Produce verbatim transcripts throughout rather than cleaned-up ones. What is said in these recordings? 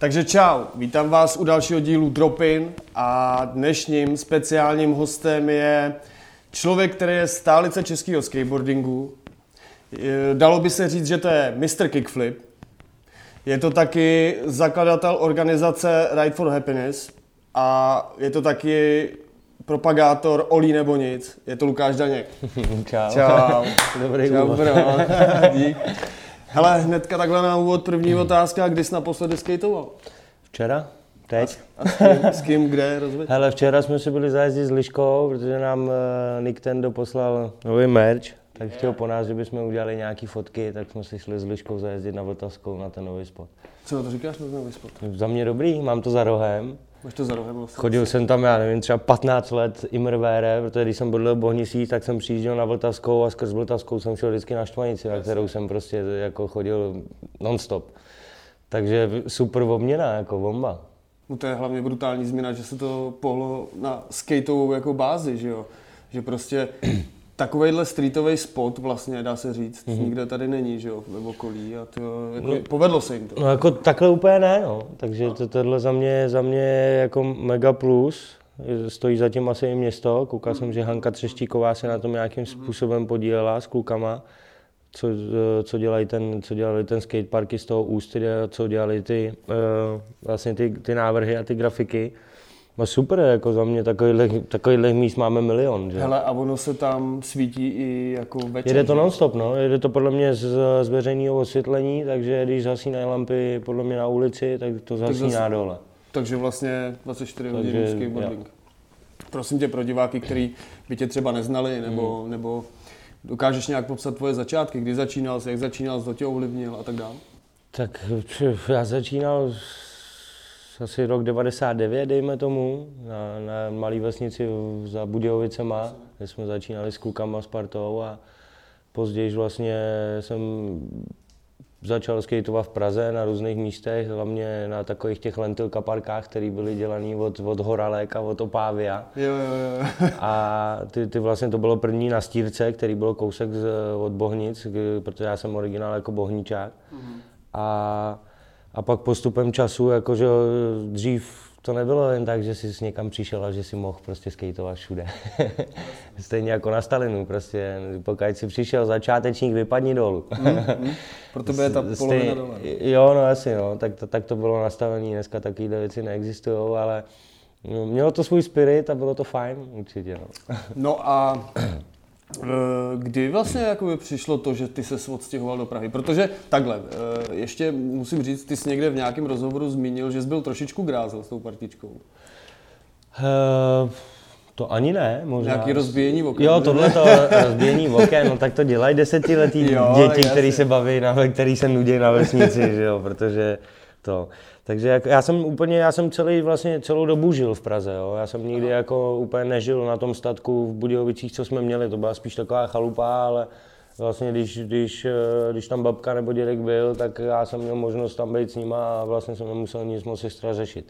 Takže čau, vítám vás u dalšího dílu Drop-in a dnešním speciálním hostem je člověk, který je stálice českého skateboardingu. Dalo by se říct, že to je mister Kickflip. Je to taky zakladatel organizace Ride for Happiness a je to taky propagátor Olí nebo nic. Je to Lukáš Daněk. Čau. Čau. Dobrý Čau, úvod. Dík. Hele, hnedka takhle na úvod první otázka, kdy jsi naposledy skejtoval? Včera? Teď? A s kým, s kým kde? Rozvěď? Hele, včera jsme si byli zajezdit s Liškou, protože nám uh, Nick Tendo poslal nový merch, tak chtěl po nás, že bychom udělali nějaký fotky, tak jsme si šli s Liškou zajezdit na Vltavskou na ten nový spot. Co na to říkáš, na nový spot? Za mě dobrý, mám to za rohem. Máš to za rohem vlastně? Chodil jsem tam, já nevím, třeba patnáct let imrvére, protože když jsem bydlel v Bohnicích, tak jsem přijížděl na Vltavskou a skrz Vltavskou jsem šel vždycky na Štvanici, na kterou jsem prostě jako chodil non-stop. Takže super obměna, jako bomba. No to je hlavně brutální změna, že se to pohlo na skateovou jako bázi, že jo? Že prostě takovejhle streetový spot vlastně, dá se říct, mm-hmm. nikde tady není, že jo, v okolí a to jako no, povedlo se jim to. No jako takhle úplně ne, no. Takže to, tohle za mě, za mě je jako mega plus. Stojí za tím asi i město. Koukal mm. jsem, že Hanka Třeštíková se na tom nějakým způsobem podílela s klukama, co, co dělají ten, co dělali ten skateparky z toho Ústí, co dělali ty, vlastně ty, ty návrhy a ty grafiky. No super, jako za mě takových, takových míst máme milion, že? Hele, a ono se tam svítí i jako večer. Jede to non-stop, no. Jede to podle mě z, z veřejného osvětlení, takže když zhasínají lampy podle mě na ulici, tak to zhasíná tak dole. Takže vlastně dvacet čtyři hodin skateboarding. Prosím tě, pro diváky, kteří by tě třeba neznali, nebo, hmm. nebo dokážeš nějak popsat tvoje začátky, kdy začínal jsi, jak začínal jsi, to tě ovlivnil a tak dále? Tak já začínal asi rok devadesát devět, dejme tomu, na, na malé vesnici za Budějovicema, kde jsme začínali s klukama, s partou a později vlastně jsem začal skateovat v Praze na různých místech, hlavně na takových těch lentilka parkách, které byly dělané od, od Horalek a od Opávia. Jo, jo, jo. A ty, ty vlastně to bylo první na Stírce, který byl kousek z, od Bohnic, protože já jsem originál jako bohničák. Mm. A A pak postupem času, jakože dřív to nebylo jen tak, že jsi někam přišel a že si mohl prostě skateovat všude. Stejně jako na Stalinu, prostě pokud jsi přišel začátečník, vypadni dolů. mm, mm. Pro tebe je ta polovina dole. Jo, no asi, no, tak to, tak to bylo nastavené, dneska takovéhle věci neexistují, ale no, mělo to svůj spirit a bylo to fajn, určitě. No, no a kdy vlastně jakoby přišlo to, že ty ses odstěhoval do Prahy? Protože takhle, ještě musím říct, ty jsi někde v nějakém rozhovoru zmínil, že jsi byl trošičku grázel s tou partičkou. Uh, to ani ne, možná. Nějaký rozbíjení oken. Jo, tohle to rozbíjení oken, no tak to dělají desetiletí jo, děti, který se baví, na, který se nudí na vesnici, že jo, protože to. Takže jak, já jsem úplně, já jsem celý, vlastně celou dobu žil v Praze, jo. Já jsem nikdy jako úplně nežil na tom statku v Budějovicích, co jsme měli, to byla spíš taková chalupa, ale vlastně když, když, když tam babka nebo dědek byl, tak já jsem měl možnost tam být s nima a vlastně jsem nemusel nic moc extra řešit.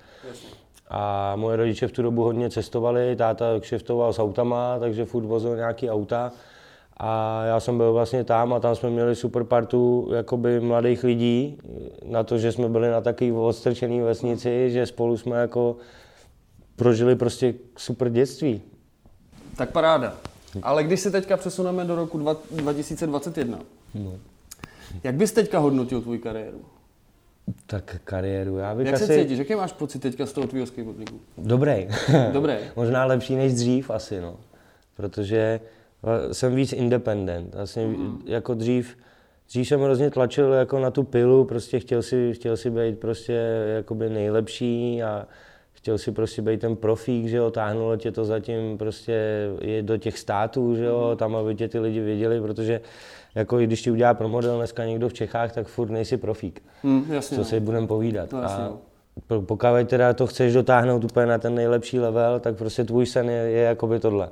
A moje rodiče v tu dobu hodně cestovali, táta kšeftoval s autama, takže furt vozil nějaký auta. A já jsem byl vlastně tam a tam jsme měli super partu jakoby mladých lidí na to, že jsme byli na takové odstrčené vesnici, že spolu jsme jako prožili prostě super dětství. Tak paráda. Ale když se teďka přesuneme do roku dva tisíce dvacet jedna, no. Jak bys teďka hodnotil tvou kariéru? Tak kariéru, já bych Jak asi... se cítíš? Jaký máš pocit teďka z toho tvýho skateboardingu? Dobrý. Dobrý. Možná lepší než dřív asi, no. Protože jsem víc independent. Vlastně mm. jako dřív, dřív jsem hrozně tlačil jako na tu pilu, prostě chtěl si, chtěl si být prostě jakoby nejlepší a chtěl si prostě být ten profík, že jo, táhnulo tě to zatím prostě je do těch států, že jo, tam aby tě ty lidi věděli, protože jako když ti udělá pro model dneska někdo v Čechách, tak furt nejsi profík. Mm, jasně, co si budeme povídat. No, jasně, a pokud teda to chceš dotáhnout úplně na ten nejlepší level, tak prostě tvůj sen je, je jakoby tohle.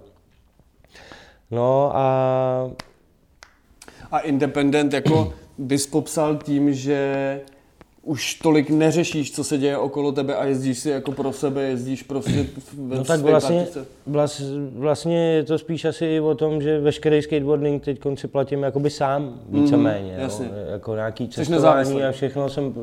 No a... A independent jako bys popsal tím, že už tolik neřešíš, co se děje okolo tebe a jezdíš si jako pro sebe, jezdíš prostě ve no tak vlastně, vlast, vlastně je to spíš asi o tom, že veškerý skateboarding teď si platím jakoby sám víceméně. Mm, jasně. Jako nějaký cestování a všechno jsem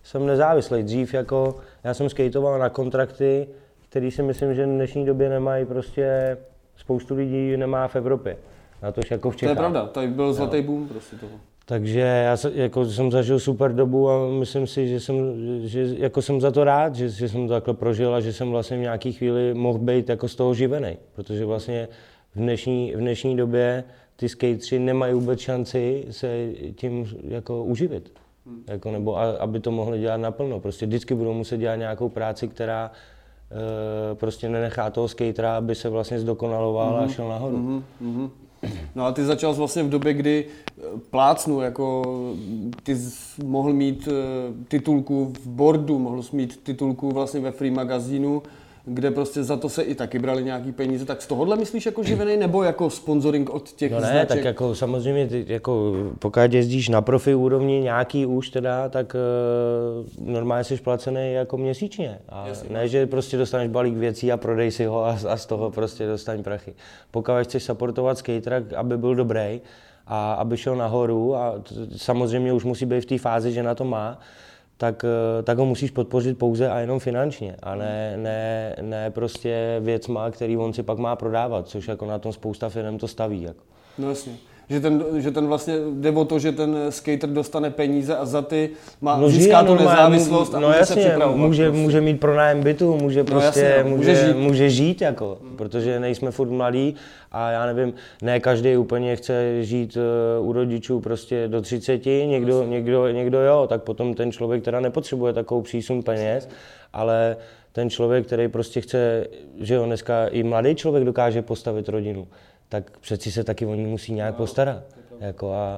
jsem nezávislý. Dřív jako, já jsem skateoval na kontrakty, který si myslím, že v dnešní době nemají prostě, spoustu lidí nemá v Evropě. Na tož jako v Čechách. To je pravda, tady byl zlatý boom prostě toho. Takže já se, jako, jsem zažil super dobu a myslím si, že jsem, že, jako jsem za to rád, že, že jsem to takhle prožil a že jsem vlastně v nějaký chvíli mohl být jako z toho živený. Protože vlastně v dnešní, v dnešní době ty skateři nemají vůbec šanci se tím jako uživit. Hmm. Jako, nebo a, aby to mohli dělat naplno. Prostě vždycky budou muset dělat nějakou práci, která e, prostě nenechá toho skatera, aby se vlastně zdokonaloval mm-hmm. a šel nahoru. Mm-hmm. No a ty začal vlastně v době, kdy plácnu, jako ty mohl mít titulku v boardu, mohl mít titulku vlastně ve Free magazínu, kde prostě za to se i taky brali nějaký peníze. Tak z tohohle myslíš jako živenej nebo jako sponsoring od těch no ne, značek? tak jako samozřejmě, ty, jako pokud jezdíš na profi úrovni nějaký už teda, tak uh, normálně jsi placený jako měsíčně. A Jasně. ne, že prostě dostaneš balík věcí a prodej si ho a, a z toho prostě dostaň prachy. Pokud chceš supportovat skatera, aby byl dobrý a aby šel nahoru a t- samozřejmě už musí být v té fázi, že na to má, tak, tak ho musíš podpořit pouze a jenom finančně a ne, ne, ne prostě věcma, který on si pak má prodávat, což jako na tom spousta firm to staví. Jako. No jasně. Že ten, že ten vlastně jde o to, že ten skater dostane peníze a za ty má no, získá tu nezávislost a no může jasně, se připravovat. Může, prostě. může mít pronájem bytu, může prostě, no jasně, může, může žít, může žít jako, hmm. protože nejsme furt mladí a já nevím, ne každý úplně chce žít uh, u rodičů prostě do třiceti, někdo, někdo, někdo jo, tak potom ten člověk teda nepotřebuje takovou přísun peněz, ale ten člověk, který prostě chce, že jo, dneska i mladý člověk dokáže postavit rodinu, tak přeci se taky o ní musí nějak postarat. Jako a,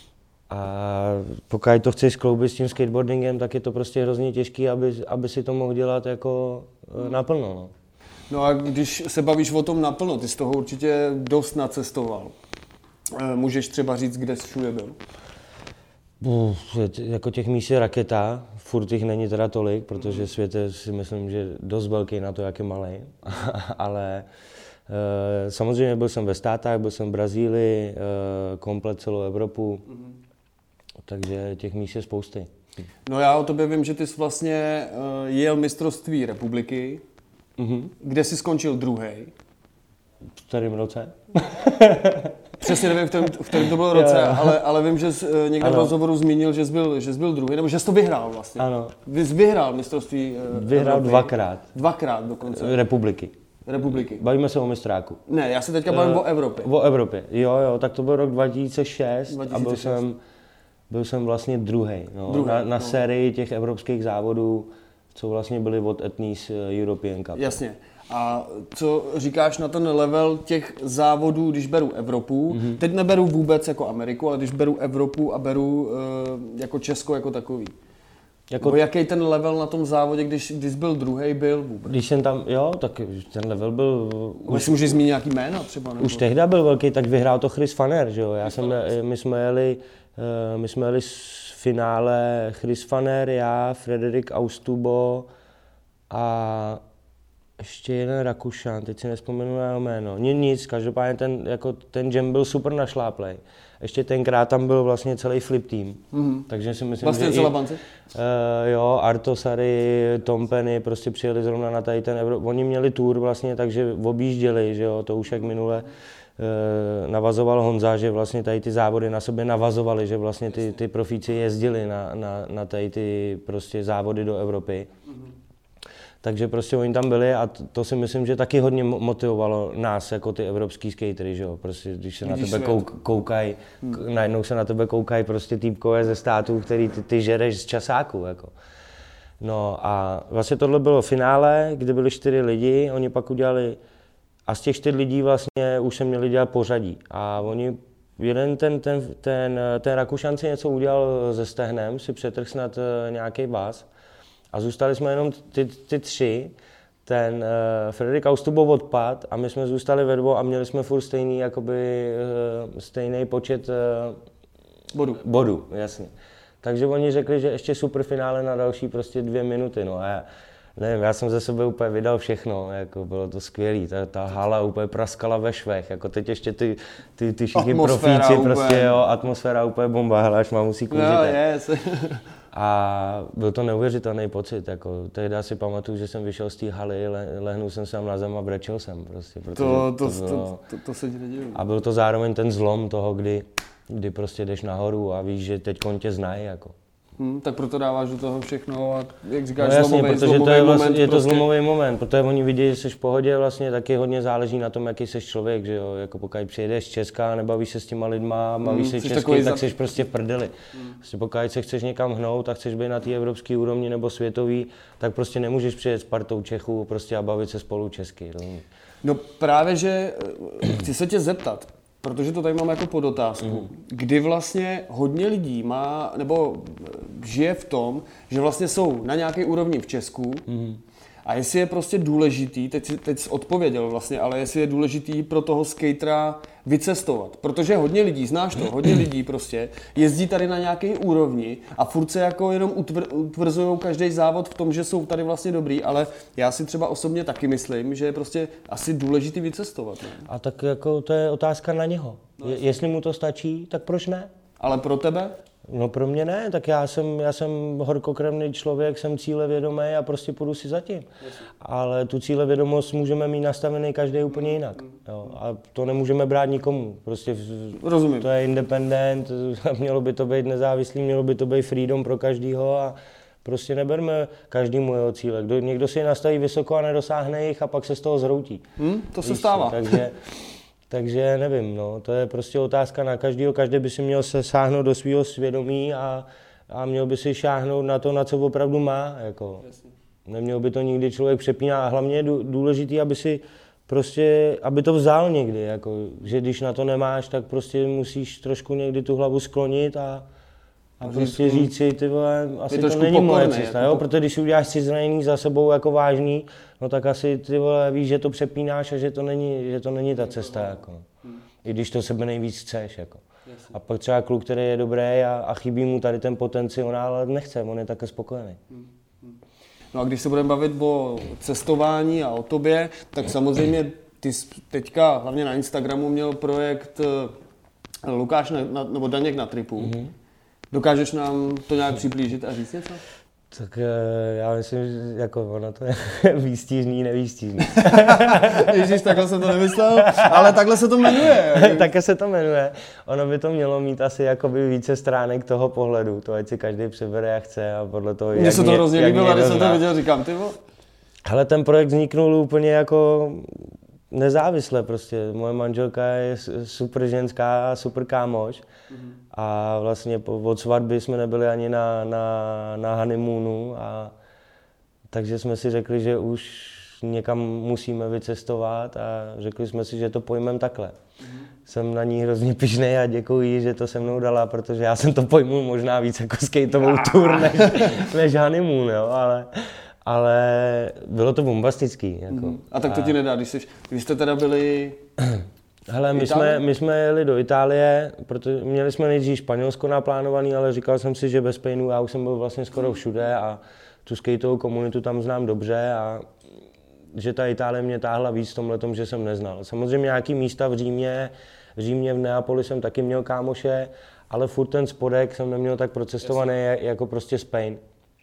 a pokud to chceš skloubit s tím skateboardingem, tak je to prostě hrozně těžký, aby, aby si to mohl dělat jako naplno. No. no a když se bavíš o tom naplno, ty z toho určitě dost nacestoval. Můžeš třeba říct, kde jsi všude byl? Uf, jako těch míst je raketa, furt jich není teda tolik, protože svět je si myslím, že dost velký na to, jak je malej, ale Uh, samozřejmě byl jsem ve Státách, byl jsem v Brazílii, uh, komplet celou Evropu, mm-hmm. takže těch míst je spousty. No já o tobě vím, že ty jsi vlastně uh, jel mistrovství republiky, mm-hmm. kde jsi skončil druhý. V kterém roce? Přesně nevím, v kterém, v kterém to bylo roce, ale, ale vím, že jsi uh, někde ano. v rozhovoru zmínil, že jsi byl, že jsi byl druhý, nebo že jsi to vyhrál vlastně. Ano. Jsi vyhrál mistrovství uh, Vyhrál Evropy. dvakrát. Dvakrát dokonce. Republiky. Republiky. Bavíme se o mistráku. Ne, já se teďka bavím uh, o Evropě. O Evropě, jo, jo, tak to byl rok dva tisíce šest, dva tisíce šest. A byl jsem, byl jsem vlastně druhý, no, druhý na, na no. sérii těch evropských závodů, co vlastně byly od Etnies European Cup. Jasně. A co říkáš na ten level těch závodů, když beru Evropu, mm-hmm. teď neberu vůbec jako Ameriku, ale když beru Evropu a beru uh, jako Česko jako takový. Jako Bo jaký ten level na tom závodě, když, když byl druhý, byl vůbec? Když jsem tam, jo, tak ten level byl... Už si můžeš zmínit nějaký jména třeba? Nebo? Už tehdy byl velký, tak vyhrál to Chris Fanner, že jo. Já jsem, my jsme jeli, my jsme jeli z finále Chris Fanner, já, Frederik Austubo a ještě jeden Rakušan, teď si nespomenu na jeho jméno. Nic, každopádně ten, jako, ten jam byl super našláplej. Ještě tenkrát tam byl vlastně celý flip tým, mm-hmm. takže si myslím, vlastně že i, uh, jo, Arto Sari, Tom Penny prostě přijeli zrovna na tady ten Evropu. Oni měli tour vlastně, takže objížděli, že jo, to už jak minule uh, navazoval Honza, že vlastně tady ty závody na sebe navazovaly, že vlastně ty, ty profíci jezdili na, na, na tady ty prostě závody do Evropy. Mm-hmm. Takže prostě oni tam byli a to, to si myslím, že taky hodně motivovalo nás jako ty evropský skatery, že jo, prostě když se Vidíš na tebe kouk, koukají, hmm. najednou se na tebe koukají prostě týpkové ze států, který ty, ty žereš z časáku, jako. No a vlastně tohle bylo finále, kdy byli čtyři lidi, oni pak udělali, a z těch čtyř lidí vlastně už se měli dělat pořadí a oni, jeden ten, ten, ten, ten Rakušan si něco udělal se stehnem, si přetrhl snad nějaký vás. A zůstali jsme jenom ty, ty tři, ten uh, Frederik Austubo odpad a my jsme zůstali ve dvou a měli jsme furt stejný, jakoby, uh, stejný počet uh, bodů. bodů, jasně. Takže oni řekli, že ještě superfinále na další prostě dvě minuty, no a já, nevím, já jsem ze sebe úplně vydal všechno, jako bylo to skvělý, ta, ta hala úplně praskala ve švech, jako teď ještě ty, ty, ty všichni profíci, prostě jo, atmosféra úplně bomba, hele, až mám musí kůžit. No, yes. A byl to neuvěřitelný pocit, jako tehdy si pamatuju, že jsem vyšel z té haly, le, lehnul jsem se tam na zem a brečel jsem prostě, to, to, to, bylo, to, to, to se nedivím. A byl to zároveň ten zlom toho, kdy, kdy prostě jdeš nahoru a víš, že teď tě znají, jako. Hmm, tak proto dáváš do toho všechno a jak říkáš, no jasně, zlomový, protože zlomový to je, vlastně, moment, je to prostě... zlomový moment, protože oni vidí, že jsi v pohodě, vlastně taky hodně záleží na tom, jaký jsi člověk, že jo, jako pokud přijedeš z Česka, nebavíš se s těma lidma, bavíš hmm, se česky, tak jsi za... prostě v prdeli. Hmm. Prostě pokud se chceš někam hnout a chceš být na té evropské úrovni nebo světový, tak prostě nemůžeš přijet s partou Čechů prostě a bavit se spolu česky. Rozumí? No právě, že chci se tě zeptat, protože to tady mám jako podotázku, mm. kdy vlastně hodně lidí má, nebo žije v tom, že vlastně jsou na nějaké úrovni v Česku mm. a jestli je prostě důležitý, teď jsi, teď jsi odpověděl vlastně, ale jestli je důležitý pro toho skatera vycestovat, protože hodně lidí, znáš to, hodně lidí prostě jezdí tady na nějaké úrovni a furt se jako jenom utvr, utvrzujou každý závod v tom, že jsou tady vlastně dobrý, ale já si třeba osobně taky myslím, že je prostě asi důležitý vycestovat. Ne? A tak jako to je otázka na něho. Je, jestli mu to stačí, tak proč ne? Ale pro tebe? No pro mě ne, tak já jsem, já jsem horkokrevný člověk, jsem cílevědomý a prostě půjdu si zatím. Ale tu cílevědomost můžeme mít nastavený každý úplně jinak. Jo. A to nemůžeme brát nikomu. Prostě rozumím. To je independent, mělo by to být nezávislý, mělo by to být freedom pro každýho a prostě neberme každému jeho cíle. Kdo, někdo si je nastaví vysoko a nedosáhne jich a pak se z toho zhroutí. Hmm, to se stává. Takže, Takže nevím, no, to je prostě otázka na každého, každý by si měl se sáhnout do svého svědomí a, a měl by si šáhnout na to, na co opravdu má, jako. Neměl by to nikdy člověk přepínat a hlavně je důležitý, aby si prostě, aby to vzal někdy, jako, že když na to nemáš, tak prostě musíš trošku někdy tu hlavu sklonit a, a prostě říct si, ty vole, asi to není moje cesta, jo, protože když uděláš si zranění za sebou jako vážný, no tak asi ty vole víš, že to přepínáš a že to není, že to není ta cesta, jako. I když to sebe nejvíc chceš, jako. A pak třeba kluk, který je dobrý a, a chybí mu tady ten potenciál, ale nechce, on je také spokojený. No a když se budeme bavit o cestování a o tobě, tak samozřejmě ty jsi teďka hlavně na Instagramu měl projekt Lukáš na, na, nebo Daněk na tripu. Mm-hmm. Dokážeš nám to nějak přiblížit a říct něco? Tak já myslím, že jako ono to je výstižný, nevýstižný. Ježíš, takhle jsem to nemyslel, ale takhle se to jmenuje. Takhle se to jmenuje. Ono by to mělo mít asi jakoby více stránek toho pohledu, to ať si každý přebere a chce a podle toho, Mně se to hrozně líbilo, a když jsem to viděl, říkám, ty vole. Hele, ten projekt vzniknul úplně jako nezávisle prostě. Moje manželka je super ženská, super kámoš. Mm-hmm. A vlastně od svatby jsme nebyli ani na, na, na honeymoonu, a takže jsme si řekli, že už někam musíme vycestovat a řekli jsme si, že to pojmeme takhle. Mm-hmm. Jsem na ní hrozně pyšnej a děkuji, že to se mnou dala, protože já jsem to pojmul možná víc jako skateovou tour než, než honeymoon, jo, ale, ale bylo to bombastický. Jako. Mm-hmm. A tak to ti nedá, když, jsi, když jste teda byli... Hele, my jsme, my jsme jeli do Itálie, protože měli jsme nejdřív Španělsko naplánovaný, ale říkal jsem si, že bez Spainu já už jsem byl vlastně skoro všude a tu skateovou komunitu tam znám dobře a že ta Itálie mě táhla víc v tomhletom, že jsem neznal. Samozřejmě nějaký místa v Římě, v Římě, v Neapoli jsem taky měl kámoše, ale furt ten spodek jsem neměl tak procestovaný jako prostě Spain.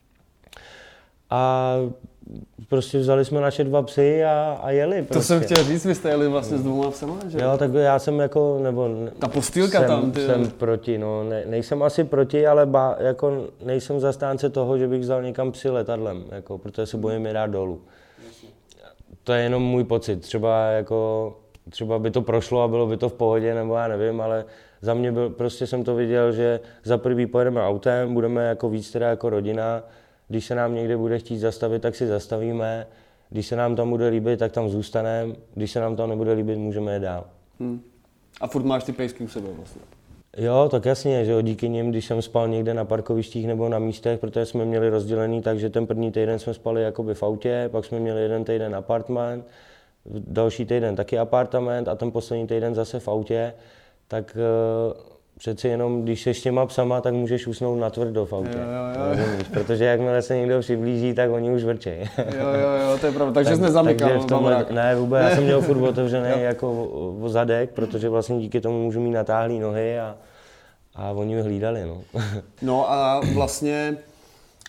A prostě vzali jsme naše dva psy a, a jeli. Prostě. To jsem chtěl říct, vy jste jeli vlastně s dvouma psama, že? Jo, tak já jsem jako, nebo... Ta postýlka jsem, tam, ty... Jsem proti, no, ne, nejsem asi proti, ale ba, jako nejsem zastánce toho, že bych vzal někam psy letadlem, jako, protože se bojím je dát dolů. To je jenom můj pocit, třeba jako, třeba by to prošlo a bylo by to v pohodě, nebo já nevím, ale za mě byl, prostě jsem to viděl, že za prvý pojedeme autem, budeme jako víc teda jako rodina. Když se nám někde bude chtít zastavit, tak si zastavíme. Když se nám tam bude líbit, tak tam zůstaneme. Když se nám tam nebude líbit, můžeme jít dál. Hmm. A furt máš ty pejsky u sebe vlastně? Jo, tak jasně, že jo, díky nim, když jsem spal někde na parkovištích nebo na místech, protože jsme měli rozdělený, takže ten první týden jsme spali jakoby v autě, pak jsme měli jeden týden apartment, další týden taky apartament a ten poslední týden zase v autě, tak přeci jenom, když jsi s těma psama, tak můžeš usnout natvrdo v autě. Jo, jo, jo. Rozumíš? Protože jakmile se někdo přiblíží, tak oni už vrčejí. Jo, jo, jo, to je pravda. Takže tak, jsi nezamykal tomhle, Ne, vůbec, já jsem měl furt otevřený jako o, o zadek, protože vlastně díky tomu můžu mít natáhlý nohy a, a oni ho hlídali. No. No a vlastně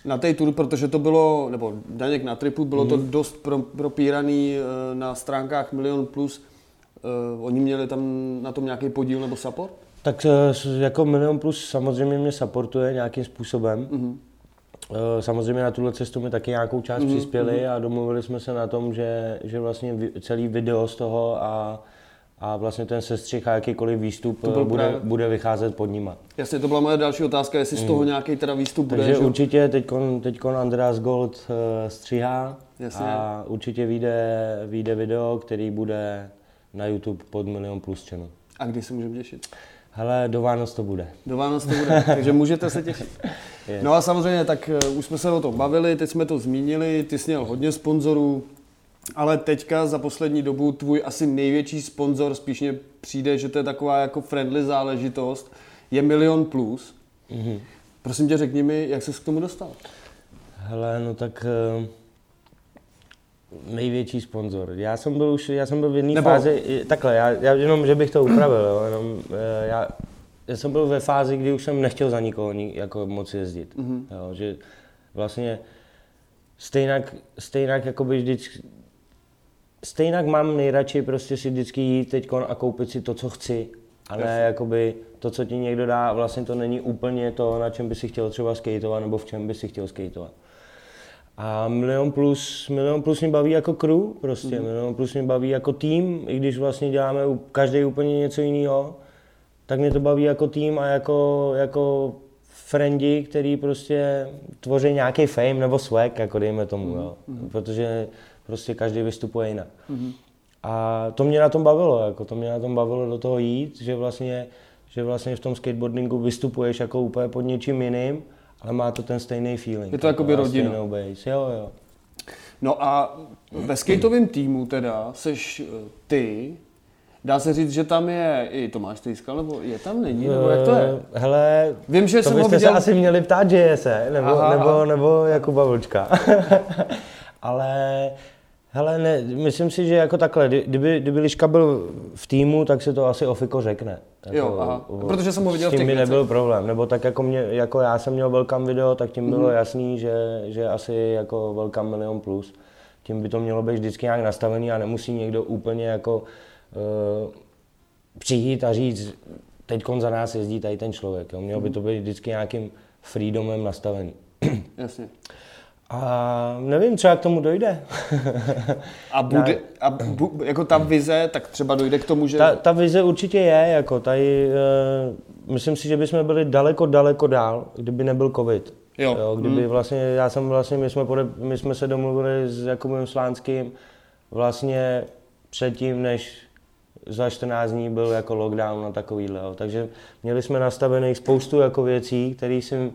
Na té tour, protože to bylo, nebo Daněk na tripu, bylo mm. to dost pro, propíraný na stránkách Milion Plus. Uh, oni měli tam na tom nějaký podíl nebo support? Tak jako Milion Plus samozřejmě mě supportuje nějakým způsobem. Mm-hmm. Samozřejmě na tuhle cestu mi taky nějakou část mm-hmm. přispěli a domluvili jsme se na tom, že, že vlastně celý video z toho a, a vlastně ten sestřih a jakýkoliv výstup bude, právě... bude vycházet pod nima. Jasně, to byla moje další otázka, jestli z toho mm. nějaký teda výstup bude. Takže že... určitě teďkon, teďkon Andreas Gold uh, stříhá Jasně. a určitě vyjde, vyjde video, který bude na YouTube pod Milion Plus channel. A kdy se můžeme těšit? Hele, do Vánoc to bude. Do Vánoc to bude, takže můžete se těšit. Yes. No a samozřejmě, tak uh, už jsme se o tom bavili, teď jsme to zmínili, ty jsi měl hodně sponzorů, ale teďka za poslední dobu tvůj asi největší sponzor, spíš mně přijde, že to je taková jako friendly záležitost, je Milion Plus. Mm-hmm. Prosím tě, řekni mi, jak ses k tomu dostal? Hele, no tak... Uh... Největší sponzor. Já jsem byl už, já jsem byl v jedné Nebo... fázi, takhle, já, já jenom, že bych to upravil, jo, jenom, já, já jsem byl ve fázi, kdy už jsem nechtěl za nikoho jako moc jezdit, mm-hmm. jo, že vlastně stejnak, stejnak jakoby vždycky, stejnak mám nejradši prostě si vždycky jít teďkon a koupit si to, co chci, a ne jakoby to, co ti někdo dá, vlastně to není úplně to, na čem by si chtěl třeba skateovat, nebo v čem by si chtěl skateovat. A Milion Plus, Milion Plus mě baví jako crew, prostě, mm. Milion Plus mě baví jako tým, i když vlastně děláme každý úplně něco jiného, tak mě to baví jako tým a jako, jako friendi, který prostě tvoří nějaký fame nebo swag, jako dejme tomu, mm. jo, mm. protože prostě každý vystupuje jinak. Mm. A to mě na tom bavilo, jako to mě na tom bavilo do toho jít, že vlastně, že vlastně v tom skateboardingu vystupuješ jako úplně pod něčím jiným, ale má to ten stejný feeling. Je to jakoby rodina. Base. Jo, jo. No a ve skateovém týmu teda seš ty, dá se říct, že tam je i Tomáš Stejskal, nebo je tam, není, nebo jak to je? Hele, Vím, že to jsem byste ho viděl... se asi měli ptát J S, nebo, aha, nebo, aha. nebo Jakuba Vlčka. Ale... Hele, ne, myslím si, že jako takhle, kdyby, kdyby Liška byl v týmu, tak se to asi Ofiko řekne. Jako, jo, aha. Protože jsem ho viděl v těch S tím by nebyl problém, nebo tak jako, mě, jako já jsem měl Welcome video, tak tím bylo mm. jasný, že, že asi jako Welcome Milion Plus. Tím by to mělo být vždycky nějak nastavený a nemusí někdo úplně jako uh, přijít a říct, teďkon za nás jezdí tady ten člověk. Jo. Mělo by to být vždycky nějakým freedomem nastavený. Jasně. A nevím, třeba k tomu dojde. A, bude, a bu, jako ta vize, tak třeba dojde k tomu, že... Ta, ta vize určitě je, jako tady, uh, myslím si, že bychom byli daleko, daleko dál, kdyby nebyl covid. Jo. Jo, kdyby hmm. vlastně, já jsem vlastně, my jsme, pode, my jsme se domluvili s Jakubem Slánským vlastně předtím, než za čtrnáct dní byl jako lockdown a takovýhle, jo. Takže měli jsme nastavených spoustu jako věcí, které si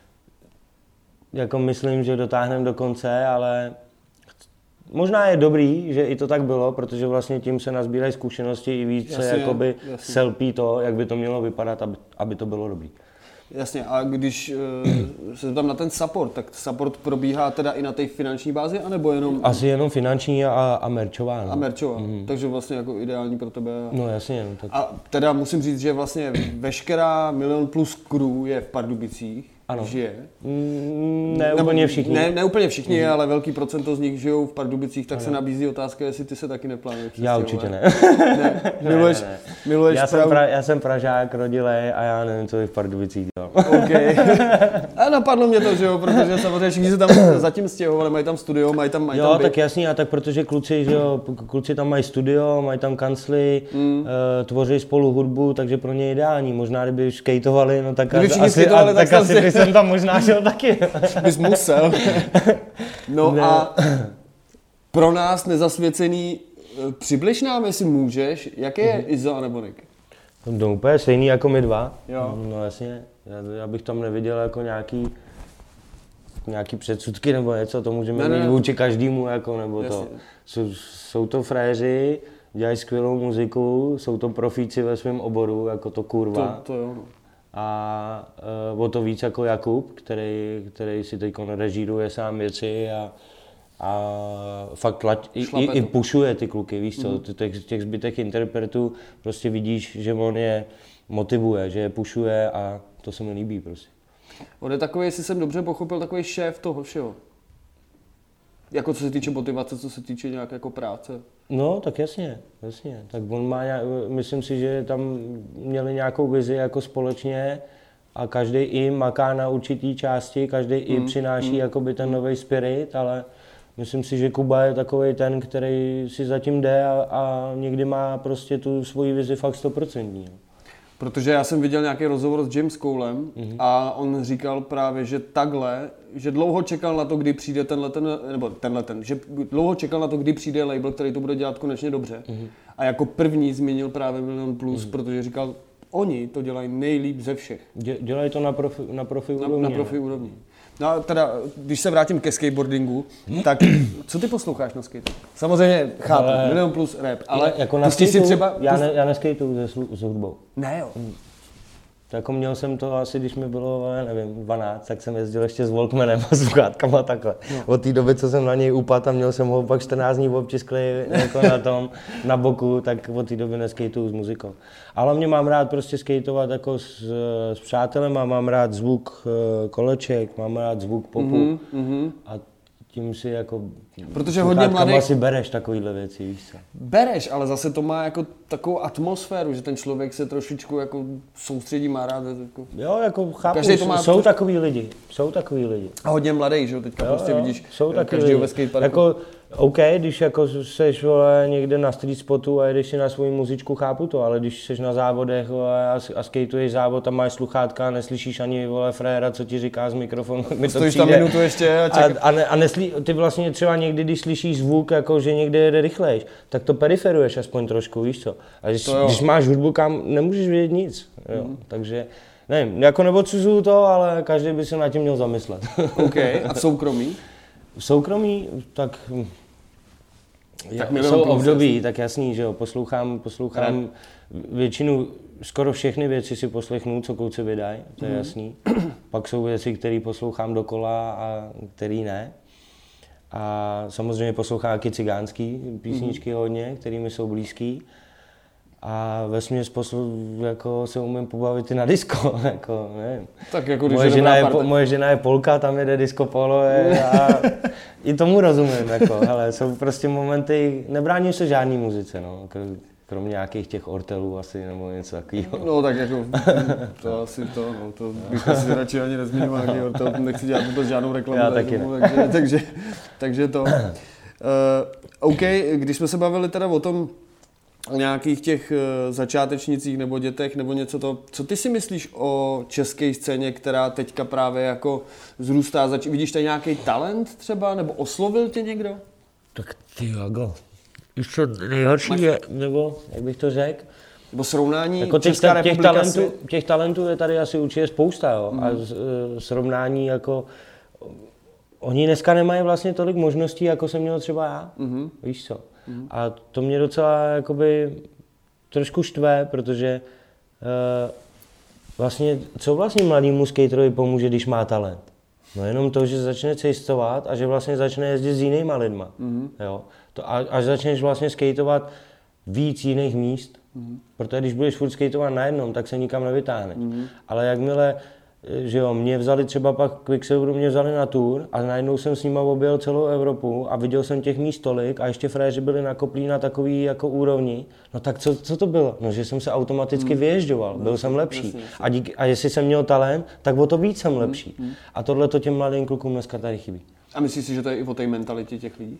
jako myslím, že dotáhneme do konce, ale možná je dobrý, že i to tak bylo, protože vlastně tím se nazbírají zkušenosti i více jasně, jakoby jasně. selpí to, jak by to mělo vypadat, aby, aby to bylo dobrý. Jasně, a když uh, se tam na ten support, tak support probíhá teda i na té finanční bázi, anebo jenom... Asi jenom finanční a, a merčová. No. A merčová, mm. takže vlastně jako ideální pro tebe. No jasně. No, tak... A teda musím říct, že vlastně veškerá Milion Plus crew je v Pardubicích. Ano. Žije. Mm, ne úplně všichni. Ne, ne úplně všichni, mm. ale velký procento z nich žijou v Pardubicích, tak ano. se nabízí otázka, jestli ty se taky neplánuješ. Já určitě ne. ne. Miluješ, ne, ne. miluješ já, jsem pra, já jsem Pražák, rodilej a já nevím, co bych v Pardubicích dělal. Okay. A napadlo mě to, že jo, protože samozřejmě všichni se tam zatím stěhovali, mají tam studio, mají tam mají Jo, tam tak jasný, a tak protože kluci, že jo, kluci tam mají studio, mají tam kancly, mm. uh, tvoří spolu hudbu, takže pro ně ideální. Možná kdyby skateovali, no tak kdyby asi, skateovali, a, tak, tak asi by jsem tam možná šel taky. Bys musel. No ne. A pro nás nezasvěcený, přibliž nám, jestli můžeš, jaký je mm-hmm. Izo a nebo Nick? No úplně stejný jako my dva. Jo. No jasně, já, já bych tam neviděl jako nějaký nějaký předsudky nebo něco, to můžeme ne, mít ne, vůči každému, jako, nebo jasně. to. Jsou, jsou to fréři, dělají skvělou muziku, jsou to profíci ve svém oboru, jako to kurva. To, to jo, no. A uh, o to víc jako Jakub, který, který si teď režíruje sám věci a, a fakt tlač, i, i, i pušuje ty kluky, víš co, mm-hmm. těch, těch zbytek interpretů prostě vidíš, že on je motivuje, že je pušuje a to se mi líbí prostě. On je takový, jestli jsem dobře pochopil, takový šéf toho všeho. Jako co se týče motivace, co se týče nějak jako práce. No, tak jasně, jasně. Tak on má, myslím si, že tam měli nějakou vizi jako společně a každý i maká na určitý části, každý mm, i přináší mm. jakoby ten nový spirit, ale myslím si, že Kuba je takový ten, který si zatím jde a, a někdy má prostě tu svoji vizi fakt stoprocentní. Protože já jsem viděl nějaký rozhovor s James Colem mm-hmm. a on říkal právě, že takhle, že dlouho čekal na to, kdy přijde tenhle ten, nebo tenhle ten, že dlouho čekal na to, kdy přijde label, který to bude dělat konečně dobře. Mm-hmm. A jako první zmínil právě Milion Plus, mm-hmm. protože říkal, oni to dělají nejlíp ze všech. Dě, dělají to na profi, na profi úrovni. Na, na profi úrovni. No a teda, když se vrátím ke skateboardingu, tak co ty posloucháš na skate? Samozřejmě chápu, ale Milion Plus rap, ale jako na skateu, si třeba... Já, ne, já neskateuju s, s hudbou. Ne jo. Hmm. To jako měl jsem to asi, když mi bylo, nevím, dvanáct, tak jsem jezdil ještě s Walkmanem a sluchátkama takhle. No. Od té doby, co jsem na něj upadl a měl jsem ho pak čtrnáct dní občisklý jako na tom, na boku, tak od té doby neskejtuju s muzikou. Ale mě mám rád prostě skateovat jako s, s přátelem a mám rád zvuk koleček, mám rád zvuk popu mm-hmm. a tím si jako... Protože hodně mladých... si bereš takovýhle věci, víš co? Bereš, ale zase to má jako takovou atmosféru, že ten člověk se trošičku jako soustředí, má rád. Jako... Jo, jako chápu, to má jsou troši... takový lidi, jsou takový lidi. A hodně mladých, že jo, teďka jo, prostě jo, vidíš jsou každýho ve skateparku. Jako, OK, když jako seš vole, někde na street spotu a jedeš si na svou muzičku, chápu to, ale když seš na závodech vole, a, a skateuješ závod a máš sluchátka a neslyšíš ani vole fréra, co ti říká z mikrofonu, mi to stojíš tam minutu ještě a čekáš. A, a, ne, a neslí, ty vlastně třeba někdy, když slyšíš zvuk, jako že někde jede rychlejš, tak to periferuješ aspoň trošku, víš co. A když, když máš hudbu, kam nemůžeš vědět nic, jo. Mm. Takže nevím, jako neodsuzuju to, ale každý by se nad tím měl zamyslet. OK, a v soukromí? V soukromí, tak... Tak jsou období, tak jasný, že jo, poslouchám, poslouchám většinu, skoro všechny věci si poslechnu, co kluci vydají, to je mm. jasný. Pak jsou věci, které poslouchám dokola a které ne. A samozřejmě poslouchám taky cigánský písničky mm. hodně, které mi jsou blízký. A vesměs poslu, jako se umím pobavit i na disco, jako nevím. Tak jako když moje, je žena je, moje žena je Polka, tam jede disco polo a i tomu rozumím, jako, hele, jsou prostě momenty, nebráním se žádný muzice, no, kromě nějakých těch ortelů asi, nebo něco takového. No tak jako, to asi to, no, to bych asi radši ani nezmínil nějaký ortel, nechci dělat vůbec žádnou reklamu. Já taky ne. takže, takže, takže to. Uh, OK, když jsme se bavili teda o tom, o nějakých těch začátečnicích nebo dětech nebo něco to. Co ty si myslíš o české scéně, která teďka právě jako zrůstá? Zač- vidíš tady nějaký talent třeba? Nebo oslovil tě někdo? Tak ty jako, víš co, nejhorší Máš... je, nebo jak bych to řekl? Nebo srovnání jako těch, Česká těch, republika talentů, si... těch talentů je tady asi určitě spousta, jo. Mm. A srovnání jako... Oni dneska nemají vlastně tolik možností, jako jsem měl třeba já, mm-hmm. víš co? Mm. A to mě docela jakoby trošku štve, protože uh, vlastně, co vlastně mladému skaterovi pomůže, když má talent? No jenom to, že začne cestovat a že vlastně začne jezdit s jinýma lidma, mm. jo? To, a, až začneš vlastně skateovat víc jiných míst, mm. protože když budeš furt skateovat na jednom, tak se nikam nevytáhneš. Mm. Ale jakmile že jo, mě vzali třeba pak Quicksilveru, mě vzali na tour a najednou jsem s nima objel celou Evropu a viděl jsem těch míst tolik a ještě fréři byli nakoplí na takový jako úrovni. No tak co, co to bylo? No, že jsem se automaticky hmm. vyježďoval, byl jsem lepší. A, díky, a jestli jsem měl talent, tak o to víc jsem lepší. Hmm. A tohle to těm mladým klukům dneska tady chybí. A myslíš si, že to je i o té mentalitě těch lidí?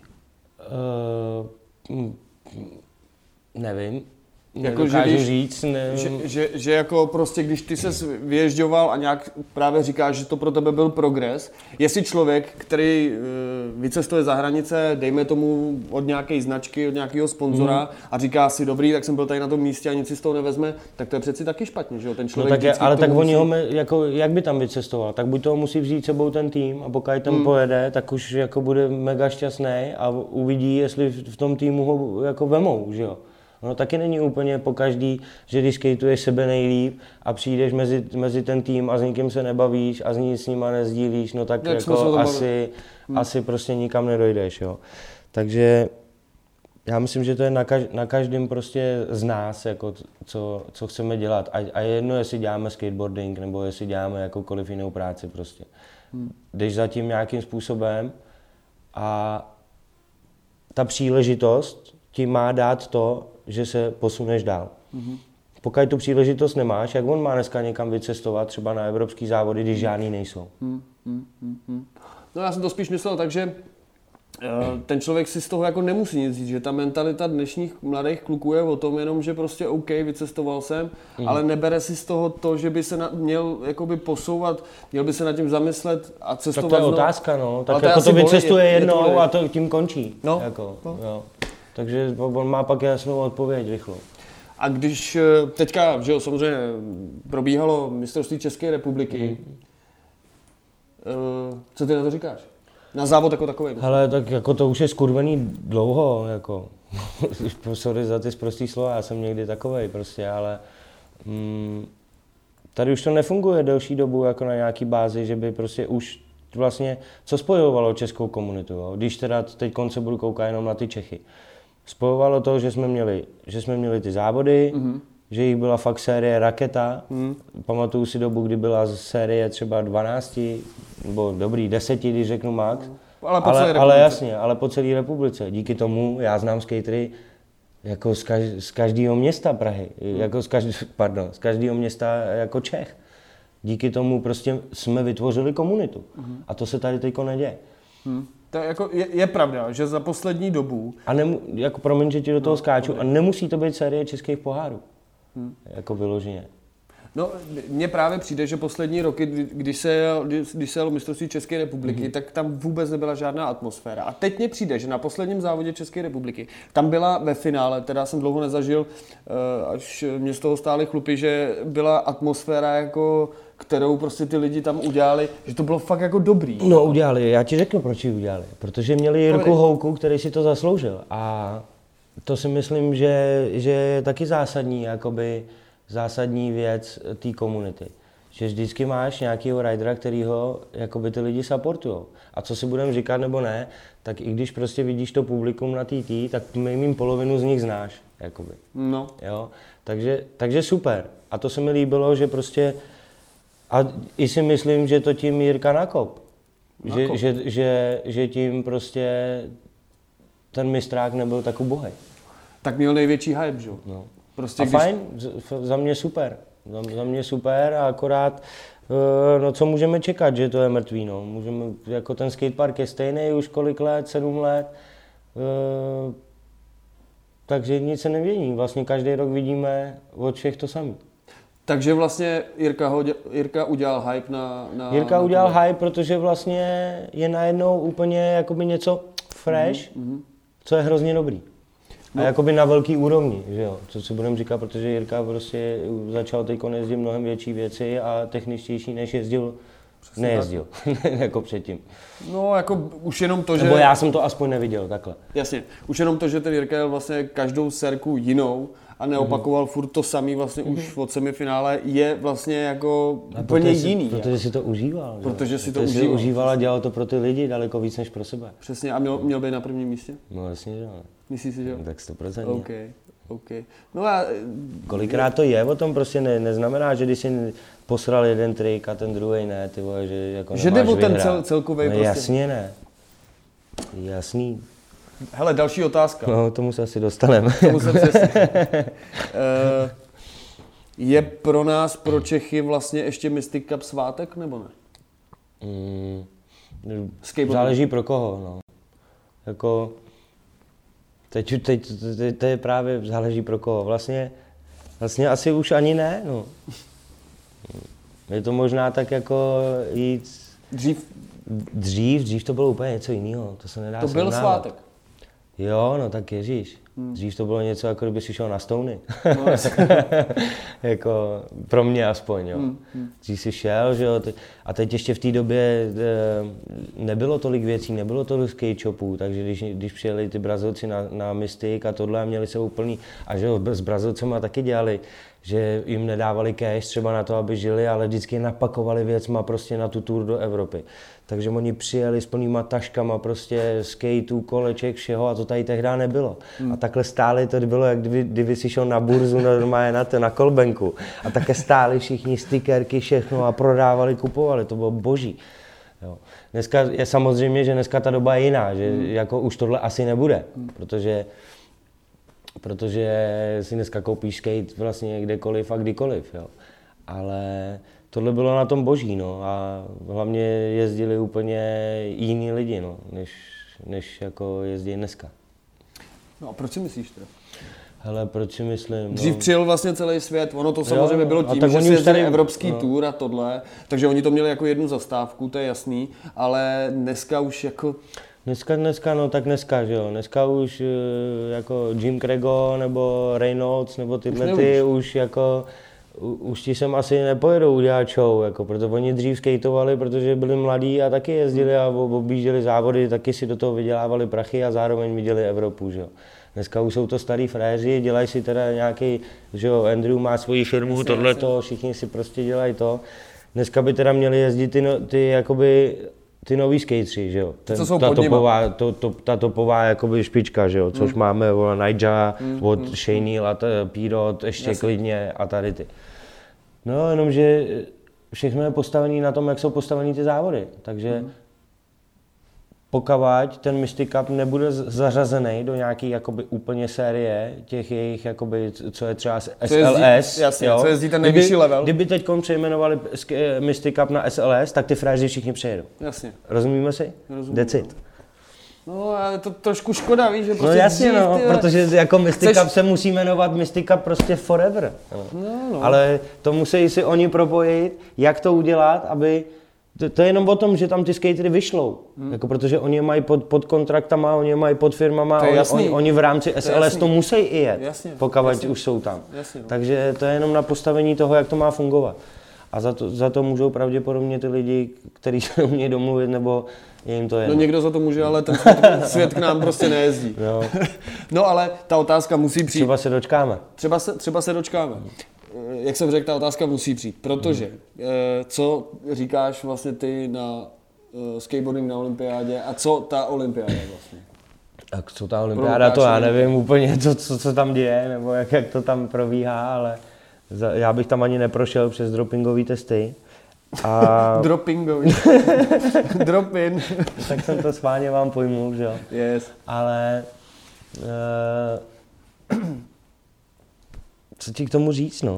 Uh, nevím. Jako, že, když, říct, ne... že, že, že jako prostě, když ty ses vyježďoval a nějak právě říkáš, že to pro tebe byl progres, jestli člověk, který uh, vycestuje za hranice, dejme tomu od nějaké značky, od nějakého sponzora mm. a říká si, dobrý, tak jsem byl tady na tom místě a nic si z toho nevezme, tak to je přeci taky špatně, že jo, ten člověk. No tak je, ale tak oni musí... ho, jako, jak by tam vycestoval, tak buď toho musí vzít sebou ten tým a pokud tam mm. pojede, tak už jako bude mega šťastný a uvidí, jestli v tom týmu ho jako vemou, že jo. No taky není úplně pokaždý, že když skateuješ sebe nejlíp a přijdeš mezi, mezi ten tým a s nikým se nebavíš a s ní s nima nezdílíš, no tak Jak jako asi, hmm. asi prostě nikam nedojdeš, jo. Takže já myslím, že to je na, kaž, na každém prostě z nás, jako co, co chceme dělat. A, a jedno, jestli děláme skateboarding, nebo jestli děláme jakoukoliv jinou práci prostě. Hmm. Jdeš za tím nějakým způsobem a ta příležitost ti má dát to, že se posuneš dál. Hmm. Pokud tu příležitost nemáš, jak on má dneska někam vycestovat, třeba na evropský závody, když žádný nejsou? Hmm. Hmm. Hmm. No já jsem to spíš myslel tak, že ten člověk si z toho jako nemusí nic říct, že ta mentalita dnešních mladých kluků je o tom jenom, že prostě OK, vycestoval jsem, mm. ale nebere si z toho to, že by se na, měl jakoby posouvat, měl by se nad tím zamyslet a cestovat. Tak to je znovu. Otázka, no. Tak jako to vycestuje jednou je a to tím končí. No. Jako, no. Jo. Takže on má pak jasnou odpověď rychlou. A když teďka, že jo, samozřejmě probíhalo mistrovství České republiky, mm. co ty na to říkáš? Na závod jako takový. Hele, tak jako to už je skurvený dlouho, jako. Sorry za ty sprostý slova, já jsem někdy takovej prostě, ale mm, tady už to nefunguje delší dobu jako na nějaký bázi, že by prostě už vlastně, co spojovalo českou komunitu, jo? Když teda teď konce budu koukat jenom na ty Čechy. Spojovalo to, že jsme měli, že jsme měli ty závody, mm-hmm. že jich byla fakt série Raketa. Mm. Pamatuju si dobu, kdy byla série třeba dvanáct, nebo dobrý, deset, když řeknu max. Mm. Ale, po ale, ale jasně, ale po celé republice. Díky tomu já znám skatery jako z, kaž, z každého města Prahy, mm. jako z, každý, pardon, z každého města jako Čech. Díky tomu prostě jsme vytvořili komunitu. Mm. A to se tady teďko neděje. Mm. To je, jako, je, je pravda, že za poslední dobu... A nemu, jako promiň, že ti do toho no, skáču, okay. A nemusí to být série českých pohárů. Hmm. Jako vyloženě. No, mně právě přijde, že poslední roky, když se, když se jelo mistrovství České republiky, mm-hmm. tak tam vůbec nebyla žádná atmosféra. A teď mně přijde, že na posledním závodě České republiky, tam byla ve finále, teda jsem dlouho nezažil, až mě z toho stály chlupy, že byla atmosféra, jako, kterou prostě ty lidi tam udělali, že to bylo fakt jako dobrý. No udělali, já ti řeknu, proč ji udělali. Protože měli Jirku Houku, který si to zasloužil. A to si myslím, že, že je taky zásadní, jakoby, zásadní věc té komunity. Že vždycky máš nějakého ridera, kterýho jakoby ty lidi supportujou. A co si budeme říkat nebo ne, tak i když prostě vidíš to publikum na té tý, tak mým polovinu z nich znáš. Jakoby. No. Jo? Takže, takže super. A to se mi líbilo, že prostě, a i si myslím, že to tím Jirka nakop. Že, že, že, že tím prostě ten mistrák nebyl tak ubohej. Tak měl největší hype, že jo? No. Prostě a když... fajn, za mě super. Za, za mě super a akorát, no co můžeme čekat, že to je mrtvý, no. Můžeme, jako ten skatepark je stejný už kolik let, sedm let, takže nic se nemění. Vlastně každý rok vidíme od všech to samé. Takže vlastně Jirka, ho, Jirka udělal hype na... na Jirka na udělal hype, protože vlastně je najednou úplně jakoby něco fresh, mm-hmm. co je hrozně dobrý. A no. jakoby na velký úrovni, že jo, co si budeme říkat, protože Jirka prostě začal teď jezdit mnohem větší věci a techničtější, než jezdil, přesně nejezdil, jako předtím. No jako už jenom to, že... Nebo já jsem to aspoň neviděl, takhle. Jasně, už jenom to, že ten Jirka jel vlastně každou serku jinou a neopakoval mm-hmm. furt to samý vlastně mm-hmm. už od semifinále, je vlastně jako a úplně protože jiný. Si, protože si to užíval. Protože si to protože užíval. Si užíval a dělal to pro ty lidi daleko víc než pro sebe. Přesně, a měl, měl být na prvním místě? No jasně, že jo. Myslíš si, že jo? Tak sto procent. OK, OK. No a... Kolikrát to je, o tom prostě ne, neznamená, že když jsi posral jeden trik a ten druhý ne, ty vole, že jako že nemáš jde o ten vyhrát. cel, celkový no, prostě. Jasně ne. Jasný. Hele, další otázka. No, tomu se asi dostaneme. Tomu se přesně. uh, je pro nás, pro Čechy vlastně ještě Mystic Cup svátek, nebo ne? Mm, záleží pro koho, no. Jako... Teď, teď, teď to je právě záleží pro koho. Vlastně, vlastně asi už ani ne, no. Je to možná tak jako jít... Dřív? Dřív, dřív to bylo úplně něco jiného, to se nedá To byl srovnávat. svátek. Jo, no tak ježíš. Hmm. Dřív to bylo něco, jako kdyby si šel na Stony. No, jako pro mě aspoň, jo. Hmm. Dřív si šel, že jo, a teď ještě v té době nebylo tolik věcí, nebylo tolik skate shopů, takže když, když přijeli ty Brazilci na, na Mystic a tohle a měli se úplný, a že jo, s Brazilcema taky dělali, že jim nedávali cash třeba na to, aby žili, ale vždycky napakovali věcma prostě na tu tour do Evropy. Takže oni přijeli s plnýma taškama prostě skateů, koleček, všeho a to tady tehdy nebylo. Hmm. A takhle stáli, to bylo, jak kdyby, kdyby si šel na burzu normálně na, to, na kolbenku. A také stáli všichni stickerky, všechno a prodávali, kupovali, to bylo boží. Jo. Dneska je samozřejmě, že dneska ta doba je jiná, že hmm. jako už tohle asi nebude, hmm. protože protože si dneska koupíš skate vlastně kdekoliv a kdykoliv, jo. Ale tohle bylo na tom boží, no, a hlavně jezdili úplně jiní lidi, no, než, než jako jezdí dneska. No a proč si myslíš to? Hele, proč si myslím? Dřív no. přijel vlastně celý svět, ono to samozřejmě jo, bylo tím, že si jezdili evropský no. tour a tohle, takže oni to měli jako jednu zastávku, to je jasný, ale dneska už jako... Dneska, dneska, no tak dneska, že jo, dneska už jako Jim Crego nebo Reynolds nebo tyhle ty už jako, už ti sem asi nepojedou udělat show, jako, protože oni dřív skateovali, protože byli mladí a taky jezdili a objížděli závody, taky si do toho vydělávali prachy a zároveň viděli Evropu, že jo. Dneska už jsou to starý fréři, dělají si teda nějaký, že jo, Andrew má svoji firmu, tohleto, všichni si prostě dělají to. Dneska by teda měli jezdit ty, no, ty jakoby, ty nový skateři, že jo. Ten, co jsou ta, pod topová, to, to, ta topová jakoby špička, že jo, což mm. máme od Nigela, mm, od mm, Shaneal a Pirot, ještě jasný. Klidně a tady ty. No, jenomže všechno je postavené na tom, jak jsou postavený ty závody, takže mm. pokud ten Mystic Cup nebude zařazený do nějaký jakoby úplně série těch jejich, jakoby, co je třeba S L S, jasně, jo? Co jezdí ten nejvyšší kdyby, level. Kdyby teď přejmenovali Mystic Cup na S L S, tak ty fréři všichni přejedou. Jasně. Rozumíme si? Rozumím. Decid. No a je to trošku škoda, víš, že prostě no jasně, dřív, no, tyhle... protože jako Mystic Chceš... Cup se musí jmenovat Mystic Cup prostě forever. No. No, no. Ale to musí si oni propojit, jak to udělat, aby To, to je jenom o tom, že tam ty skatery vyšlou, hmm. jako protože oni je mají pod, pod kontraktama, oni je mají pod firmama, oni, oni, oni v rámci S L S to, to musí i jet, jasně, pokud jasně. už jsou tam. Jasně, no. Takže to je jenom na postavení toho, jak to má fungovat. A za to, za to můžou pravděpodobně ty lidi, kteří se umějí domluvit, nebo je jim to jen. No někdo za to může, ale ten svět, svět k nám prostě nejezdí. No. No ale ta otázka musí přijít. Třeba se dočkáme. Třeba se, třeba se dočkáme. Jak jsem řekl, ta otázka musí přijít, protože hmm. co říkáš vlastně ty na skateboarding na olympiádě a co ta olympiáda vlastně? A co ta olympiáda, to já nevím úplně, co, co, co tam děje, nebo jak, jak to tam probíhá, ale za, já bych tam ani neprošel přes dropingové testy. A... Droppingový. Drop-in. Tak jsem to schválně vám pojmul, že jo? Yes. Ale... Uh... Co ti k tomu říct, no?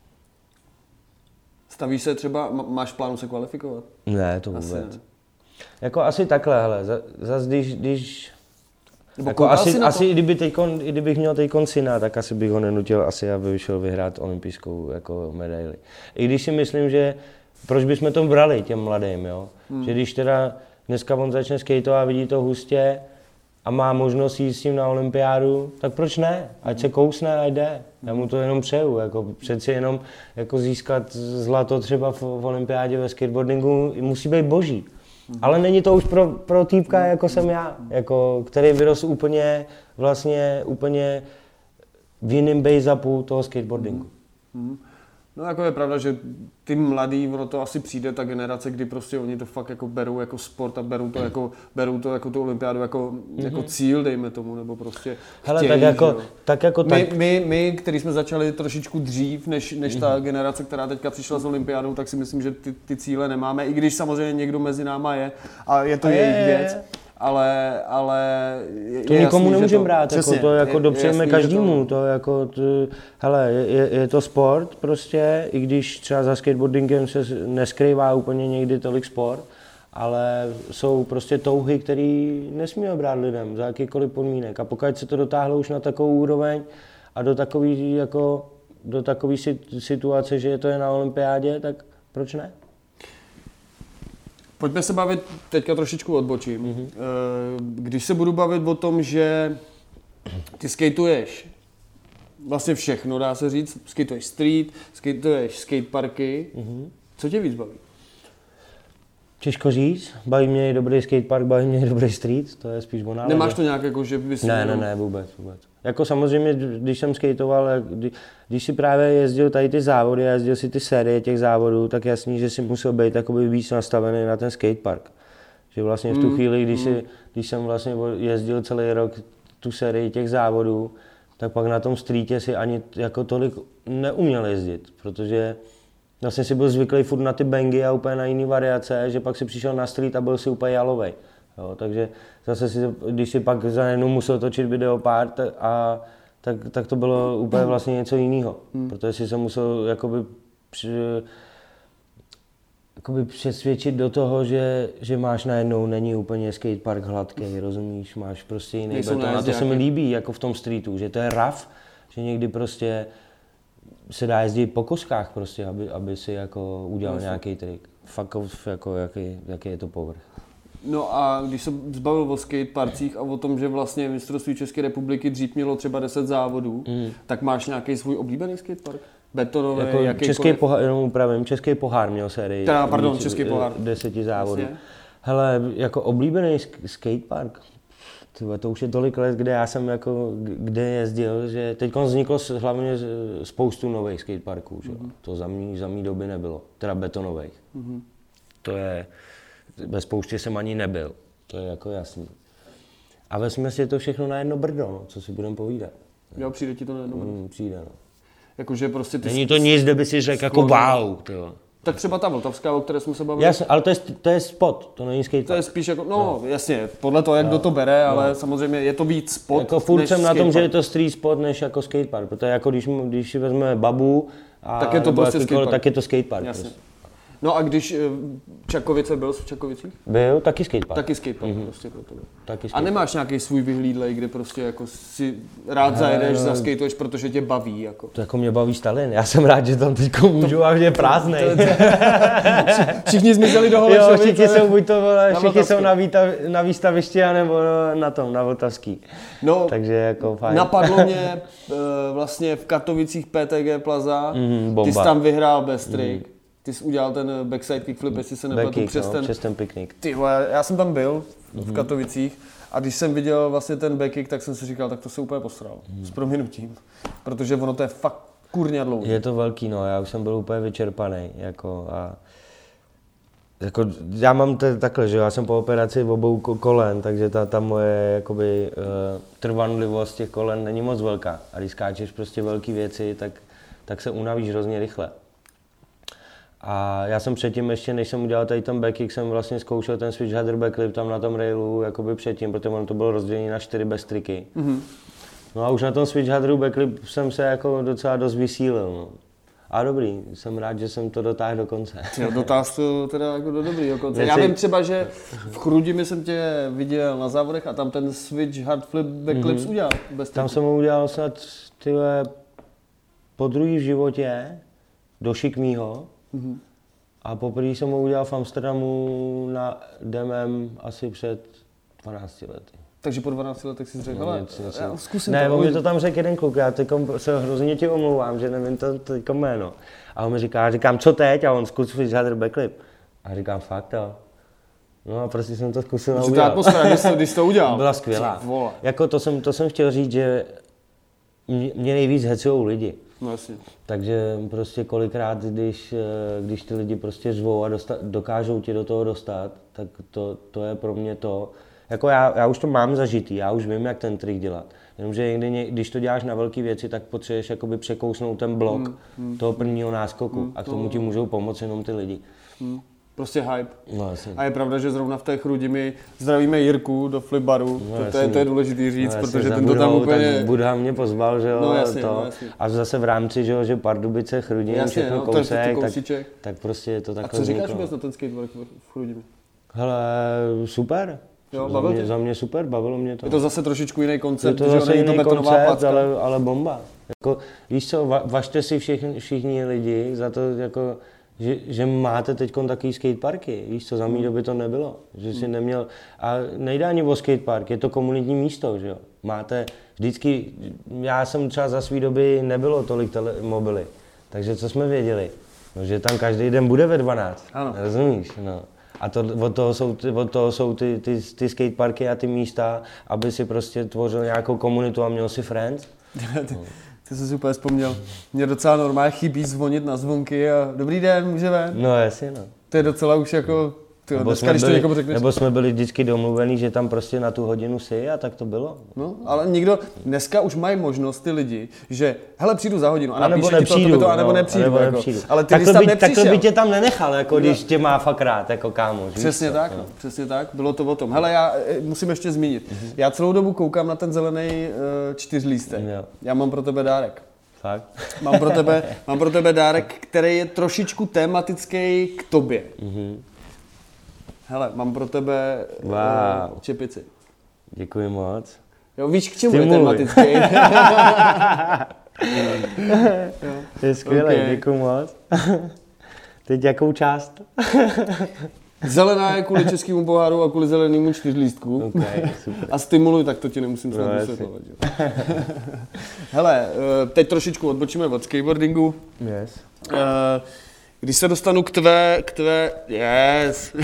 Stavíš se třeba, máš plánu se kvalifikovat? Ne, to vůbec. Asi ne. Jako asi takhle, hele, zase když, když jako asi, asi kdyby teďkon, kdybych měl teďkon syna, tak asi bych ho nenutil asi, aby vyšel vyhrát olympijskou jako medaili. I když si myslím, že proč bychom to brali těm mladým, jo? Hmm. Že když teda dneska on začne skateovat a vidí to hustě, a má možnost jít s tím na olympiádu, tak proč ne? Ať se kousne a jde. Já mu to jenom přeju. Jako přeci jenom jako získat zlato třeba v, v olympiádě ve skateboardingu musí být boží. Ale není to už pro, pro týpka, jako jsem já, jako, který vyrostl úplně, vlastně úplně v jiném base-upu toho skateboardingu. Mm. No jako je pravda, že ty mladí, ono to asi přijde ta generace, kdy prostě oni to fakt jako berou jako sport a berou to jako, berou to jako tu olympiádu jako, mm-hmm. jako cíl, dejme tomu, nebo prostě hele, chtějí, tak jako, tak jako my, tak. My, my, který jsme začali trošičku dřív, než, než ta mm-hmm. generace, která teďka přišla s olympiádou, tak si myslím, že ty, ty cíle nemáme, i když samozřejmě někdo mezi náma je a je to je, jejich je, věc. Ale, ale je, to je nikomu jasný, nemůžeme to, brát, přesně, jako to jako dopřejeme každému, to... to jako, to, hele, je, je to sport prostě, i když třeba za skateboardingem se neskrývá úplně někdy tolik sport, ale jsou prostě touhy, které nesmíme brát lidem za jakýkoliv podmínek a pokud se to dotáhlo už na takovou úroveň a do takový, jako, do takový situace, že to je na olympiádě, tak proč ne? Pojďme se bavit, teďka trošičku odbočím. Mm-hmm. Když se budu bavit o tom, že Ty skateuješ vlastně všechno, dá se říct. Skateuješ street, skateuješ skateparky. Mm-hmm. Co tě víc baví? Těžko říct, baví mě i dobrý skatepark, baví mě i dobrý street, to je spíš o náladě. Nemáš to nějak jako, že bys... Ne, ne, ne, vůbec, vůbec. Jako samozřejmě, když jsem skateoval, kdy, když si právě jezdil tady ty závody, jezdil si ty série těch závodů, tak jasný, že si musel být jakoby víc nastavený na ten skatepark. Že vlastně v tu mm, chvíli, když, mm. si, když jsem vlastně jezdil celý rok tu sérii těch závodů, tak pak na tom streetě si ani jako tolik neuměl jezdit, protože vlastně si byl zvyklý furt na ty bangy a úplně na jiné variace, že pak si přišel na street a byl si úplně jalovej. Jo, takže zase si, když si pak za jednou musel točit videopart, a, tak, tak to bylo úplně vlastně něco jiného. Hmm. Protože si se musel jakoby, při, jakoby přesvědčit do toho, že, že máš najednou, není úplně skatepark hladký, rozumíš, máš prostě jiný beton. A to se mi líbí jako v tom streetu, že to je rough, že někdy prostě se dá jezdit po koskách prostě, aby, aby si jako udělal no, nějaký trik. Fakt jako jaký, jaký je to povrch. No a když se zbavil o skateparcích a o tom, že vlastně mistrovství České republiky dřív mělo třeba deset závodů, mm. tak máš nějaký svůj oblíbený skatepark? Betonový, jako jakýkoliv? Český pohár, jenom upravím, Český pohár měl sérii. Teda, pardon, Český pohár. Deseti závodů. Jasně. Hele, jako oblíbený skatepark, tyhle, to už je tolik let, kde já jsem jako, kde jezdil, že teď vzniklo hlavně spoustu nových skateparků, že? Mm-hmm. To za mý, za mý doby nebylo, teda betonových. Mm-hmm. To je, ve spoustě jsem ani nebyl, to je jako jasný. A ve smyslu je to všechno na jedno brdo, no, co si budeme povídat. Jo, přijde ti to na jedno brdo? Mm, přijde, no. Jakože prostě ty Není to nic, kde by si řekl jako wow, tyjo. Tak třeba ta Vltavská, o které jsme se bavili. Jasně, ale to je, to je spot, to není skatepark. To je spíš jako, no, no. jasně, podle toho, jak no. kdo to bere, ale no. samozřejmě je to víc spot jako furt než jsem na tom, skatepark. že je to street spot než jako skatepark, protože jako když, když si vezmeme Babu, a tak je to prostě skatepark. Tak je to skatepark. Jasně. Prostě. No a když Čakovice byl v Čakovicích? Byl, taky skatepark. Taky skatepark, mm-hmm. prostě pro tebe. Taky a nemáš nějaký svůj vyhlídlej, kde prostě jako si rád ne, zajedeš, no, zaskejtuješ, protože tě baví jako? To jako mě baví Stalin, já jsem rád, že tam teďko můžu a že prázdnej. To, to, to, všichni zmizeli do Holešovic. Jo, všichni jsou buď to, vole, všichni jsou na, výta, na výstavišti, anebo na tom, na Vltavský. No, takže jako fajn. Napadlo mě vlastně v Katovicích P T G Plaza, mm, ty jsi tam vyhrál bez trik. Mm. Ty jsi udělal ten backside kickflip, jestli se nepletu, přes, no, ten, přes ten piknik. Ty vole, já jsem tam byl v Katovicích a když jsem viděl vlastně ten backkick, tak jsem si říkal, tak to se úplně posral. Mm. S prominutím. Protože ono to je fakt kurňa dlouhý. Je to velký, no, já už jsem byl úplně vyčerpaný. Jako, a, jako, já mám t- takhle, že já jsem po operaci v obou kolen, takže ta, ta moje jakoby, uh, trvanlivost těch kolen není moc velká. A když skáčeš prostě velké věci, tak, tak se unavíš hrozně rychle. A já jsem předtím ještě, než jsem udělal tady ten backkick, jsem vlastně zkoušel ten switch header backflip tam na tom railu jakoby předtím, protože ono to bylo rozdělené na čtyři bez triky. Mm-hmm. No a už na tom switch headeru backflip jsem se jako docela dost vysílil. No. A dobrý, jsem rád, že jsem to dotáhl do konce. Jo, dotáhl to teda jako do dobrýho konce. Já vím třeba, že v Chrudimi jsem tě viděl na závodech a tam ten switch hard flip backflip mm-hmm. udělal bez triky. Tam jsem ho udělal snad tyhle po druhý v životě, do šikmýho. Mm-hmm. A poprvé jsem ho udělal v Amsterdamu na D M M asi před dvanácti lety. Takže po dvanácti letech si řekl, ale já zkusím ne, to. Ne, on mi to tam řekl jeden kluk, já teďkom se hrozně ti omlouvám, že nevím to teďko jméno. A on mi říká, já říkám, co teď? A on zkus switch header backflip. A říkám, fakt jo. No a prostě jsem to zkusil a udělal. Ta atmosféra, když, když to udělal. Byla skvělá. Jako to jsem, to jsem chtěl říct, že mě, mě nejvíc hecujou lidi. No jasně. Takže prostě kolikrát, když, když ty lidi prostě řvou a dosta, dokážou tě do toho dostat, tak to, to je pro mě to. Jako já, já už to mám zažitý, já už vím, jak ten trik dělat. Jenomže někdy, když to děláš na velké věci, tak potřebuješ jakoby překousnout ten blok hmm, hmm. toho prvního náskoku hmm, a k tomu to... ti můžou pomoct jenom ty lidi. Hmm. Prostě hype. No, jasně. A je pravda, že zrovna v té Chrudimi zdravíme Jirku do flipbaru, no, to, to, je, to je důležitý říct, no, protože ten to tam úplně... Buddha mě pozval, že jo, no, jasně, to. No, jasně. A zase v rámci, že jo, že Pardubice, Chrudim, jasně, všechno no, kousek, tak, tak prostě je to takové. A co říkáš vůbec na ten skatepark v Chrudimi? Hele, super. Jo, za, mě, za mě super, bavilo mě to. Je to zase trošičku jiný koncept, je to zase že jiný to betonová koncept, placka. ale, ale bomba. Jako, víš co, va, važte si všichni, všichni lidi za to, jako, že, že máte teď takový skateparky, víš co, za mý doby to nebylo, že si neměl, a nejde ani o skatepark, je to komunitní místo, že jo. Máte vždycky, já jsem třeba za svý doby nebylo tolik tele, mobily, takže co jsme věděli, no, že tam každý den bude ve dvanáct, ano. Rozumíš, no. A to, od toho jsou, ty, od toho jsou ty, ty, ty skateparky a ty místa, aby si prostě tvořil nějakou komunitu a měl si friends. ty, ty jsi si úplně vzpomněl. Mně docela normálně chybí zvonit na zvonky a dobrý den, můžeme? No jasně, no. To je docela už jako... Tyjo, nebo, dneska, jsme když to byli, někomu řekneš... nebo jsme byli vždycky domluvení, že tam prostě na tu hodinu si a tak to bylo. No, ale nikdo, dneska už mají možnost ty lidi, že hele, přijdu za hodinu a, a napíšu nepřijdu, ti to, to, to, anebo no, nepřijdu. Nebo jako. nepřijdu. Ale ty, tak když to tam by, nepřišel... Tak to by tě tam nenechal, jako když tě má fakt rád, jako kámoš. Přesně tak, no. Přesně tak, bylo to o tom. Hele, já musím ještě zmínit. Mm-hmm. Já celou dobu koukám na ten zelený uh, čtyřlístek. Jo. Já mám pro tebe dárek. Fakt? Mám pro tebe, mám pro tebe dárek, který je trošičku tematický k tobě. Mm-hmm. Hele, mám pro tebe wow. uh, čepici. Děkuji moc. Jo, víš, k čemu Stimuluj. Je tematický? Je skvělé, okay. Děkuji moc. Teď jakou část? Zelená je kvůli českému poháru a kvůli zelenému čtyřlístku. Okay, super. A stimuluj, tak to ti nemusím snad no, vysvětlovat. Hele, teď trošičku odbočíme od skateboardingu. Yes. Když se dostanu k tvé, k tvé, yes.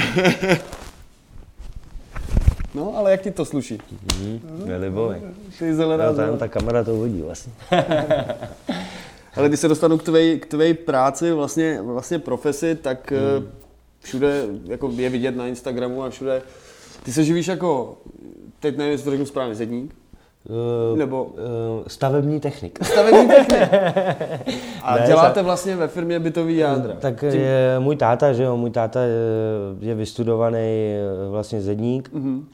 No, ale jak ti to sluší? Mm-hmm. Libový. Ty zelená no, tam ta kamera to hodí vlastně. Ale když se dostanu k tvé, k tvé práci, vlastně, vlastně profesi, tak mm. všude jako je vidět na Instagramu a všude. Ty se živíš jako, teď nevím, jestli to řeknu správně, zedník? Uh, Nebo uh, stavební technik. Stavební technik. A ne, děláte za... vlastně ve firmě bytový jádra. Tak Tím... je můj táta, že jo, můj táta je, je vystudovaný vlastně zedník mm-hmm.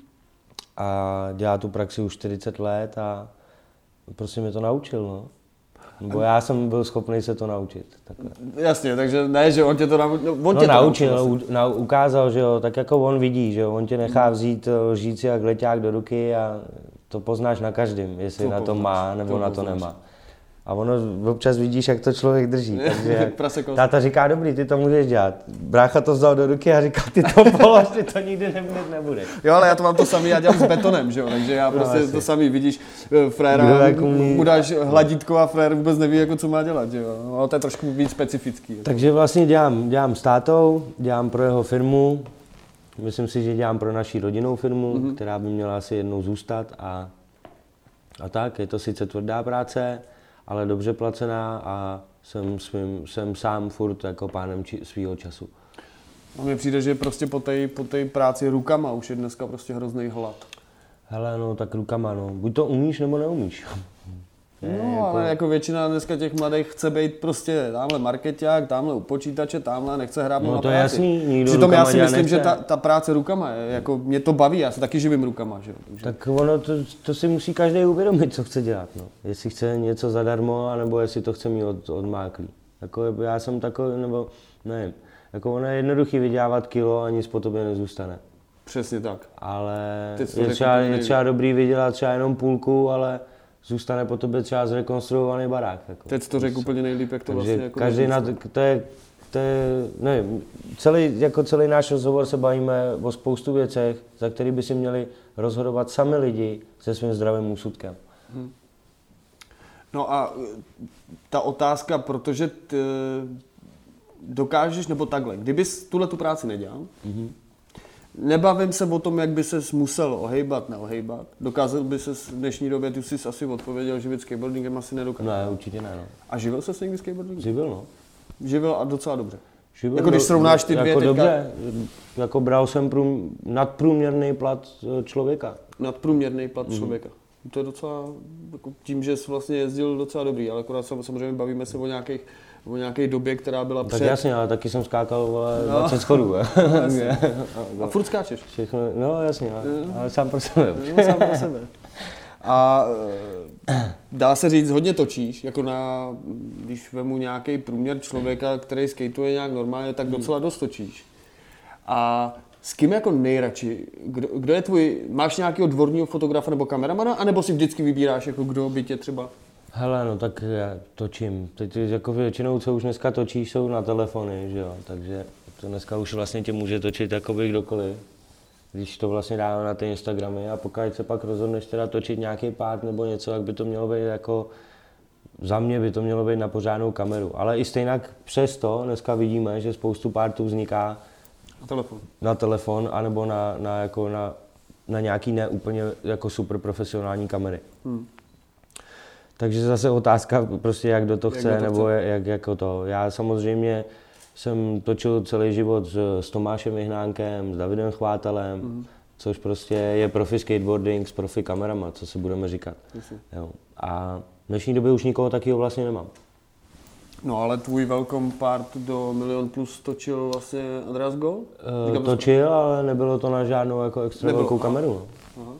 a dělá tu praxi už čtyřicet let a prostě mě to naučil, no. Nebo já jsem byl schopný se to naučit. Takhle. Jasně, takže ne, že on tě to naučil. On no, tě naučil, to naučil na, ukázal, že jo, tak jako on vidí, že jo, on tě nechá vzít lžíci jak leťák do ruky a to poznáš na každém, jestli to na to poznáš, má nebo to na to poznáš. Nemá. A ono občas vidíš, jak to člověk drží. Takže táta říká, dobrý, ty to můžeš dělat. Brácha to vzal do ruky a říká, ty to polož, ty to nikdy nebude, nebude. Jo, ale já to mám to samý, já dělám s betonem, že jo, takže já prostě no, to samý vidíš, fréra, mu dáš hladítko a frér vůbec neví, jako co má dělat, že jo. No, to je trošku víc specifický. Takže vlastně dělám, dělám s tátou, dělám pro jeho firmu, myslím si, že dělám pro naši rodinnou firmu, mm-hmm. která by měla asi jednou zůstat a, a tak, je to sice tvrdá práce, ale dobře placená a jsem, svým, jsem sám furt jako pánem či, svýho času. A mně přijde, že prostě po té po té práci rukama už je dneska prostě hrozný hlad. Hele, no tak rukama, no. Buď to umíš, nebo neumíš. Ne, no, jako... ale jako většina dneska těch mladých chce být prostě tamhle markeťák, tamhle u počítače, tamhle nechce hrát no, na to je jasný, nikdo Přitom já si myslím, nechce. že ta, ta práce rukama, je, jako mě to baví, já se taky živím rukama, že jo. Takže... Tak ono, to, to si musí každý uvědomit, co chce dělat, no. Jestli chce něco zadarmo, anebo jestli to chce mít od, odmáklý. Jako já jsem takový, nebo nevím, jako ono je jednoduchý vydělávat kilo a nic po tobě nezůstane. Přesně tak. Ale je třeba, je třeba dobrý vydělat třeba jenom půlku, ale zůstane po tobě třeba zrekonstruovaný barák. Jako. Teď to řekl úplně nejlíp, jak to Takže vlastně jako každý na to, to je, to je, nevím, celý, jako celý náš rozhovor se bavíme o spoustu věcech, za který by si měli rozhodovat sami lidi se svým zdravým úsudkem. Hmm. No a ta otázka, protože ty dokážeš, nebo takhle, kdybys tuhle tu práci nedělal, mm-hmm. nebavím se o tom, jak by ses musel ohejbat, neohejbat. Dokázal by ses v dnešní době, ty jsi asi odpověděl, živit skateboardingem asi nedokázal. Ne, určitě ne, no. A živil ses někdy skateboardingem? Živil, no. Živil a docela dobře. Živil, jako když srovnáš ty dvě jako teďka... dobře, jako bral jsem prům, nadprůměrný plat člověka. Nadprůměrný plat mm. člověka. To je docela, jako tím, že jsi vlastně jezdil docela dobrý, ale akorát samozřejmě bavíme se o nějakých o nějaké době, která byla před... Tak jasně, ale taky jsem skákal vole, no. dvacet schodů. No, a furt skáčeš? Všechno, no jasně, ale, ale sám pro sebe. No, sám pro sebe. A dá se říct, hodně točíš, jako na, když vemu nějaký průměr člověka, který skateuje nějak normálně, tak docela dost točíš. A s kým jako nejradši? Kdo, kdo je tvůj, máš nějakého dvorního fotografa nebo kameramana, anebo si vždycky vybíráš, jako kdo by tě třeba... Hele, no tak já točím. Teď jako většinou, co už dneska točíš, jsou na telefony, že jo, takže to dneska už vlastně tě může točit jakoby kdokoliv. Když to vlastně dáme na ty Instagramy a pokud se pak rozhodneš teda točit nějaký pád nebo něco, tak by to mělo být jako, za mě by to mělo být na pořádnou kameru. Ale i stejně přesto dneska vidíme, že spoustu pártů vzniká na telefon, na telefon anebo na, na, jako na, na nějaký ne úplně jako super profesionální kamery. Hmm. Takže zase otázka, prostě jak do toho chce, jak nebo chce. Jak, jako to. Já samozřejmě jsem točil celý život s, s Tomášem Vyhnánkem, s Davidem Chvátalem, mm. což prostě je profi skateboarding s profi kamerama, co si budeme říkat. Jo. A v dnešní době už nikoho takového vlastně nemám. No ale tvůj welcome part do Milion Plus točil vlastně Andreas Gold? Uh, točil, ale nebylo to na žádnou jako extra nebylo, velkou aha. kameru. No. Aha.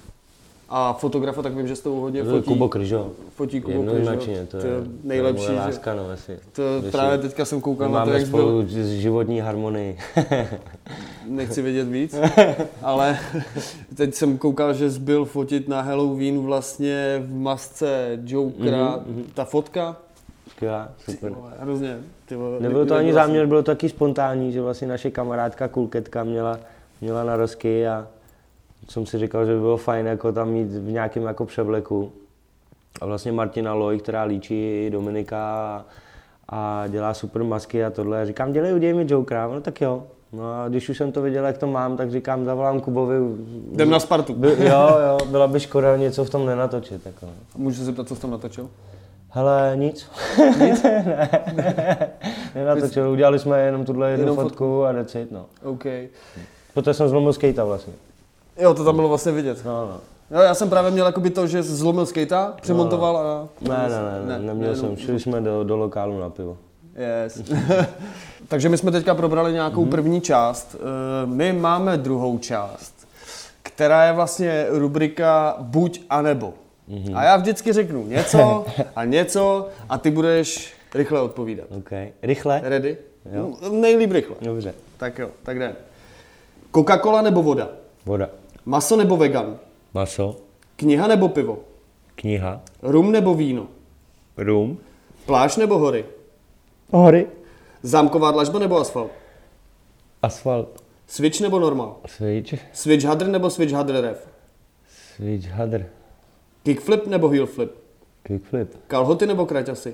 A fotografa, tak vím, že s tou hodně fotí. Kubo Kryžo. Fotí Kubo Kryžo. To, to je nejlepší. To je láska, no, asi. To právě teďka jsem koukal na to, jak spolu byl... životní harmonii. Nechci vědět víc, ale teď jsem koukal, že jsi byl fotit na Halloween vlastně v masce Jokera. Mm-hmm. Ta fotka. Skvělá, super. Hrozně. Nebylo to ani záměr, bylo to taky spontánní, že vlastně naše kamarádka Kulketka měla, měla narozky a jsem si říkal, že by bylo fajn jako tam mít v nějakém jako převleku. A vlastně Martina Loj, která líčí Dominika a, a dělá super masky a tohle. A říkám, dělej, udělej mi Jokera, no tak jo. No a když už jsem to viděl, jak to mám, tak říkám, zavolám Kubovi. Jdem na Spartu. By, jo, jo, byla by škoda něco v tom nenatočit. Jako. Můžu se zeptat, co jsi tam natočil? Hele, nic. Nic? ne, ne, nenatočil, udělali jsme jenom tuhle jednu fotku, fotku a that's it, no. OK. Poté jsem zlomil skejta vlastně. Jo, to tam bylo vlastně vidět. No, no. Jo, já jsem právě měl jakoby to, že zlomil skejta, přemontoval no, no. a... Ne, ne, ne, ne neměl ne, jsem, šli jsme do, do lokálu na pivo. Yes. Takže my jsme teďka probrali nějakou mm-hmm. první část. My máme druhou část, která je vlastně rubrika buď a nebo. Mm-hmm. A já vždycky řeknu něco a něco a ty budeš rychle odpovídat. Okay. Rychle? Ready? Jo. Nejlíp rychle. Dobře. Tak jo, tak jdem. Coca-Cola nebo voda? Voda. Maso nebo vegan? Maso. Kniha nebo pivo? Kniha. Rum nebo víno? Rum. Pláž nebo hory? Hory. Zámková dlažba nebo asfalt? Asfalt. Switch nebo normal? Switch. Switch hadr nebo switch hadr rev? Switch hadr. Kickflip nebo heel flip? Kickflip. Kalhoty nebo kraťasy?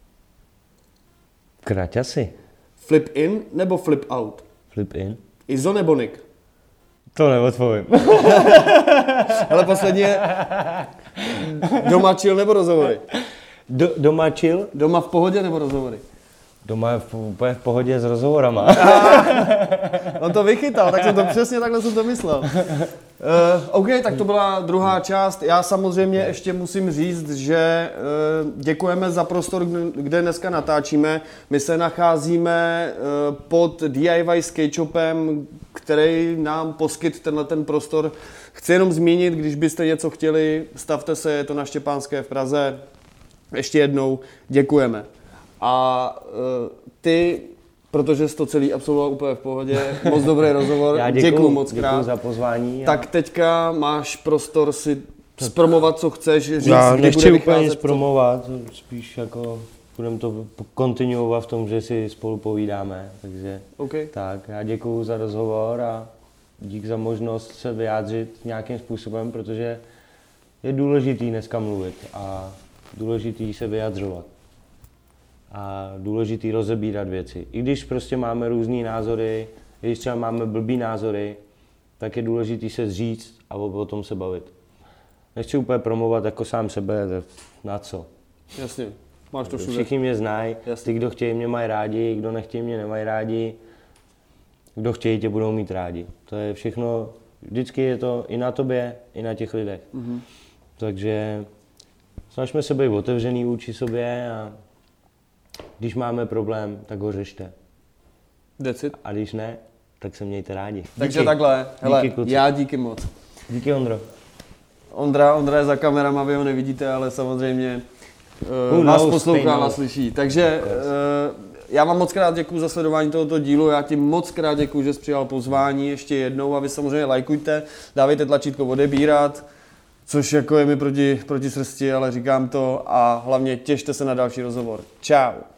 Kraťasy. Flip in nebo flip out? Flip in. Izo nebo Nick? To neodpovím. Ale poslední je doma chill nebo rozhovory? Do, doma chill? Doma v pohodě nebo rozhovory? Doma je v, úplně v pohodě s rozhovorama. On to vychytal, tak jsem to přesně takhle jsem to myslel. Uh, OK, tak to byla druhá část. Já samozřejmě ještě musím říct, že uh, děkujeme za prostor, kde dneska natáčíme. My se nacházíme uh, pod D I Y skate shopem, který nám poskyt tenhle ten prostor. Chci jenom zmínit, když byste něco chtěli, stavte se, je to na Štěpánské v Praze. Ještě jednou děkujeme. A uh, ty, protože jsi to celý absolvoval úplně v pohodě, moc dobrý rozhovor, já děkuju, děkuju moc krát. Děkuju za pozvání. A... Tak teďka máš prostor si zpromovat, co chceš, říct, já kdy nechci bude úplně vycházet. nic promovat, spíš jako budeme to kontinuovat v tom, že si spolu povídáme, takže okay. Tak, já děkuju za rozhovor a dík za možnost se vyjádřit nějakým způsobem, protože je důležitý dneska mluvit a důležitý se vyjadřovat. A důležitý rozebírat věci. I když prostě máme různý názory, i když třeba máme blbý názory, tak je důležitý se zříct a o, o tom se bavit. Nechci úplně promovat jako sám sebe, na co. Jasně, máš to všude. Všichni mě znají, ty, kdo chtějí, mě mají rádi, kdo nechtějí, mě nemají rádi. Kdo chtějí, tě budou mít rádi. To je všechno, vždycky je to i na tobě, i na těch lidech. Mm-hmm. Takže snažme se být otevřený vůči sobě a když máme problém, tak ho řešte. That's it. A když ne, tak se mějte rádi. Díky. Takže takhle, hele, díky, já díky moc. Díky, Ondro. Ondra, Ondra je za kamerama, vy ho nevidíte, ale samozřejmě uh, nás poslouchá, nás slyší. Takže uh, já vám moc krát děkuju za sledování tohoto dílu, já ti moc krát děkuju, že jsi přijal pozvání ještě jednou a vy samozřejmě lajkujte, dávejte tlačítko odebírat. což jako je mi proti, proti srsti, ale říkám to a hlavně těšte se na další rozhovor. Čau.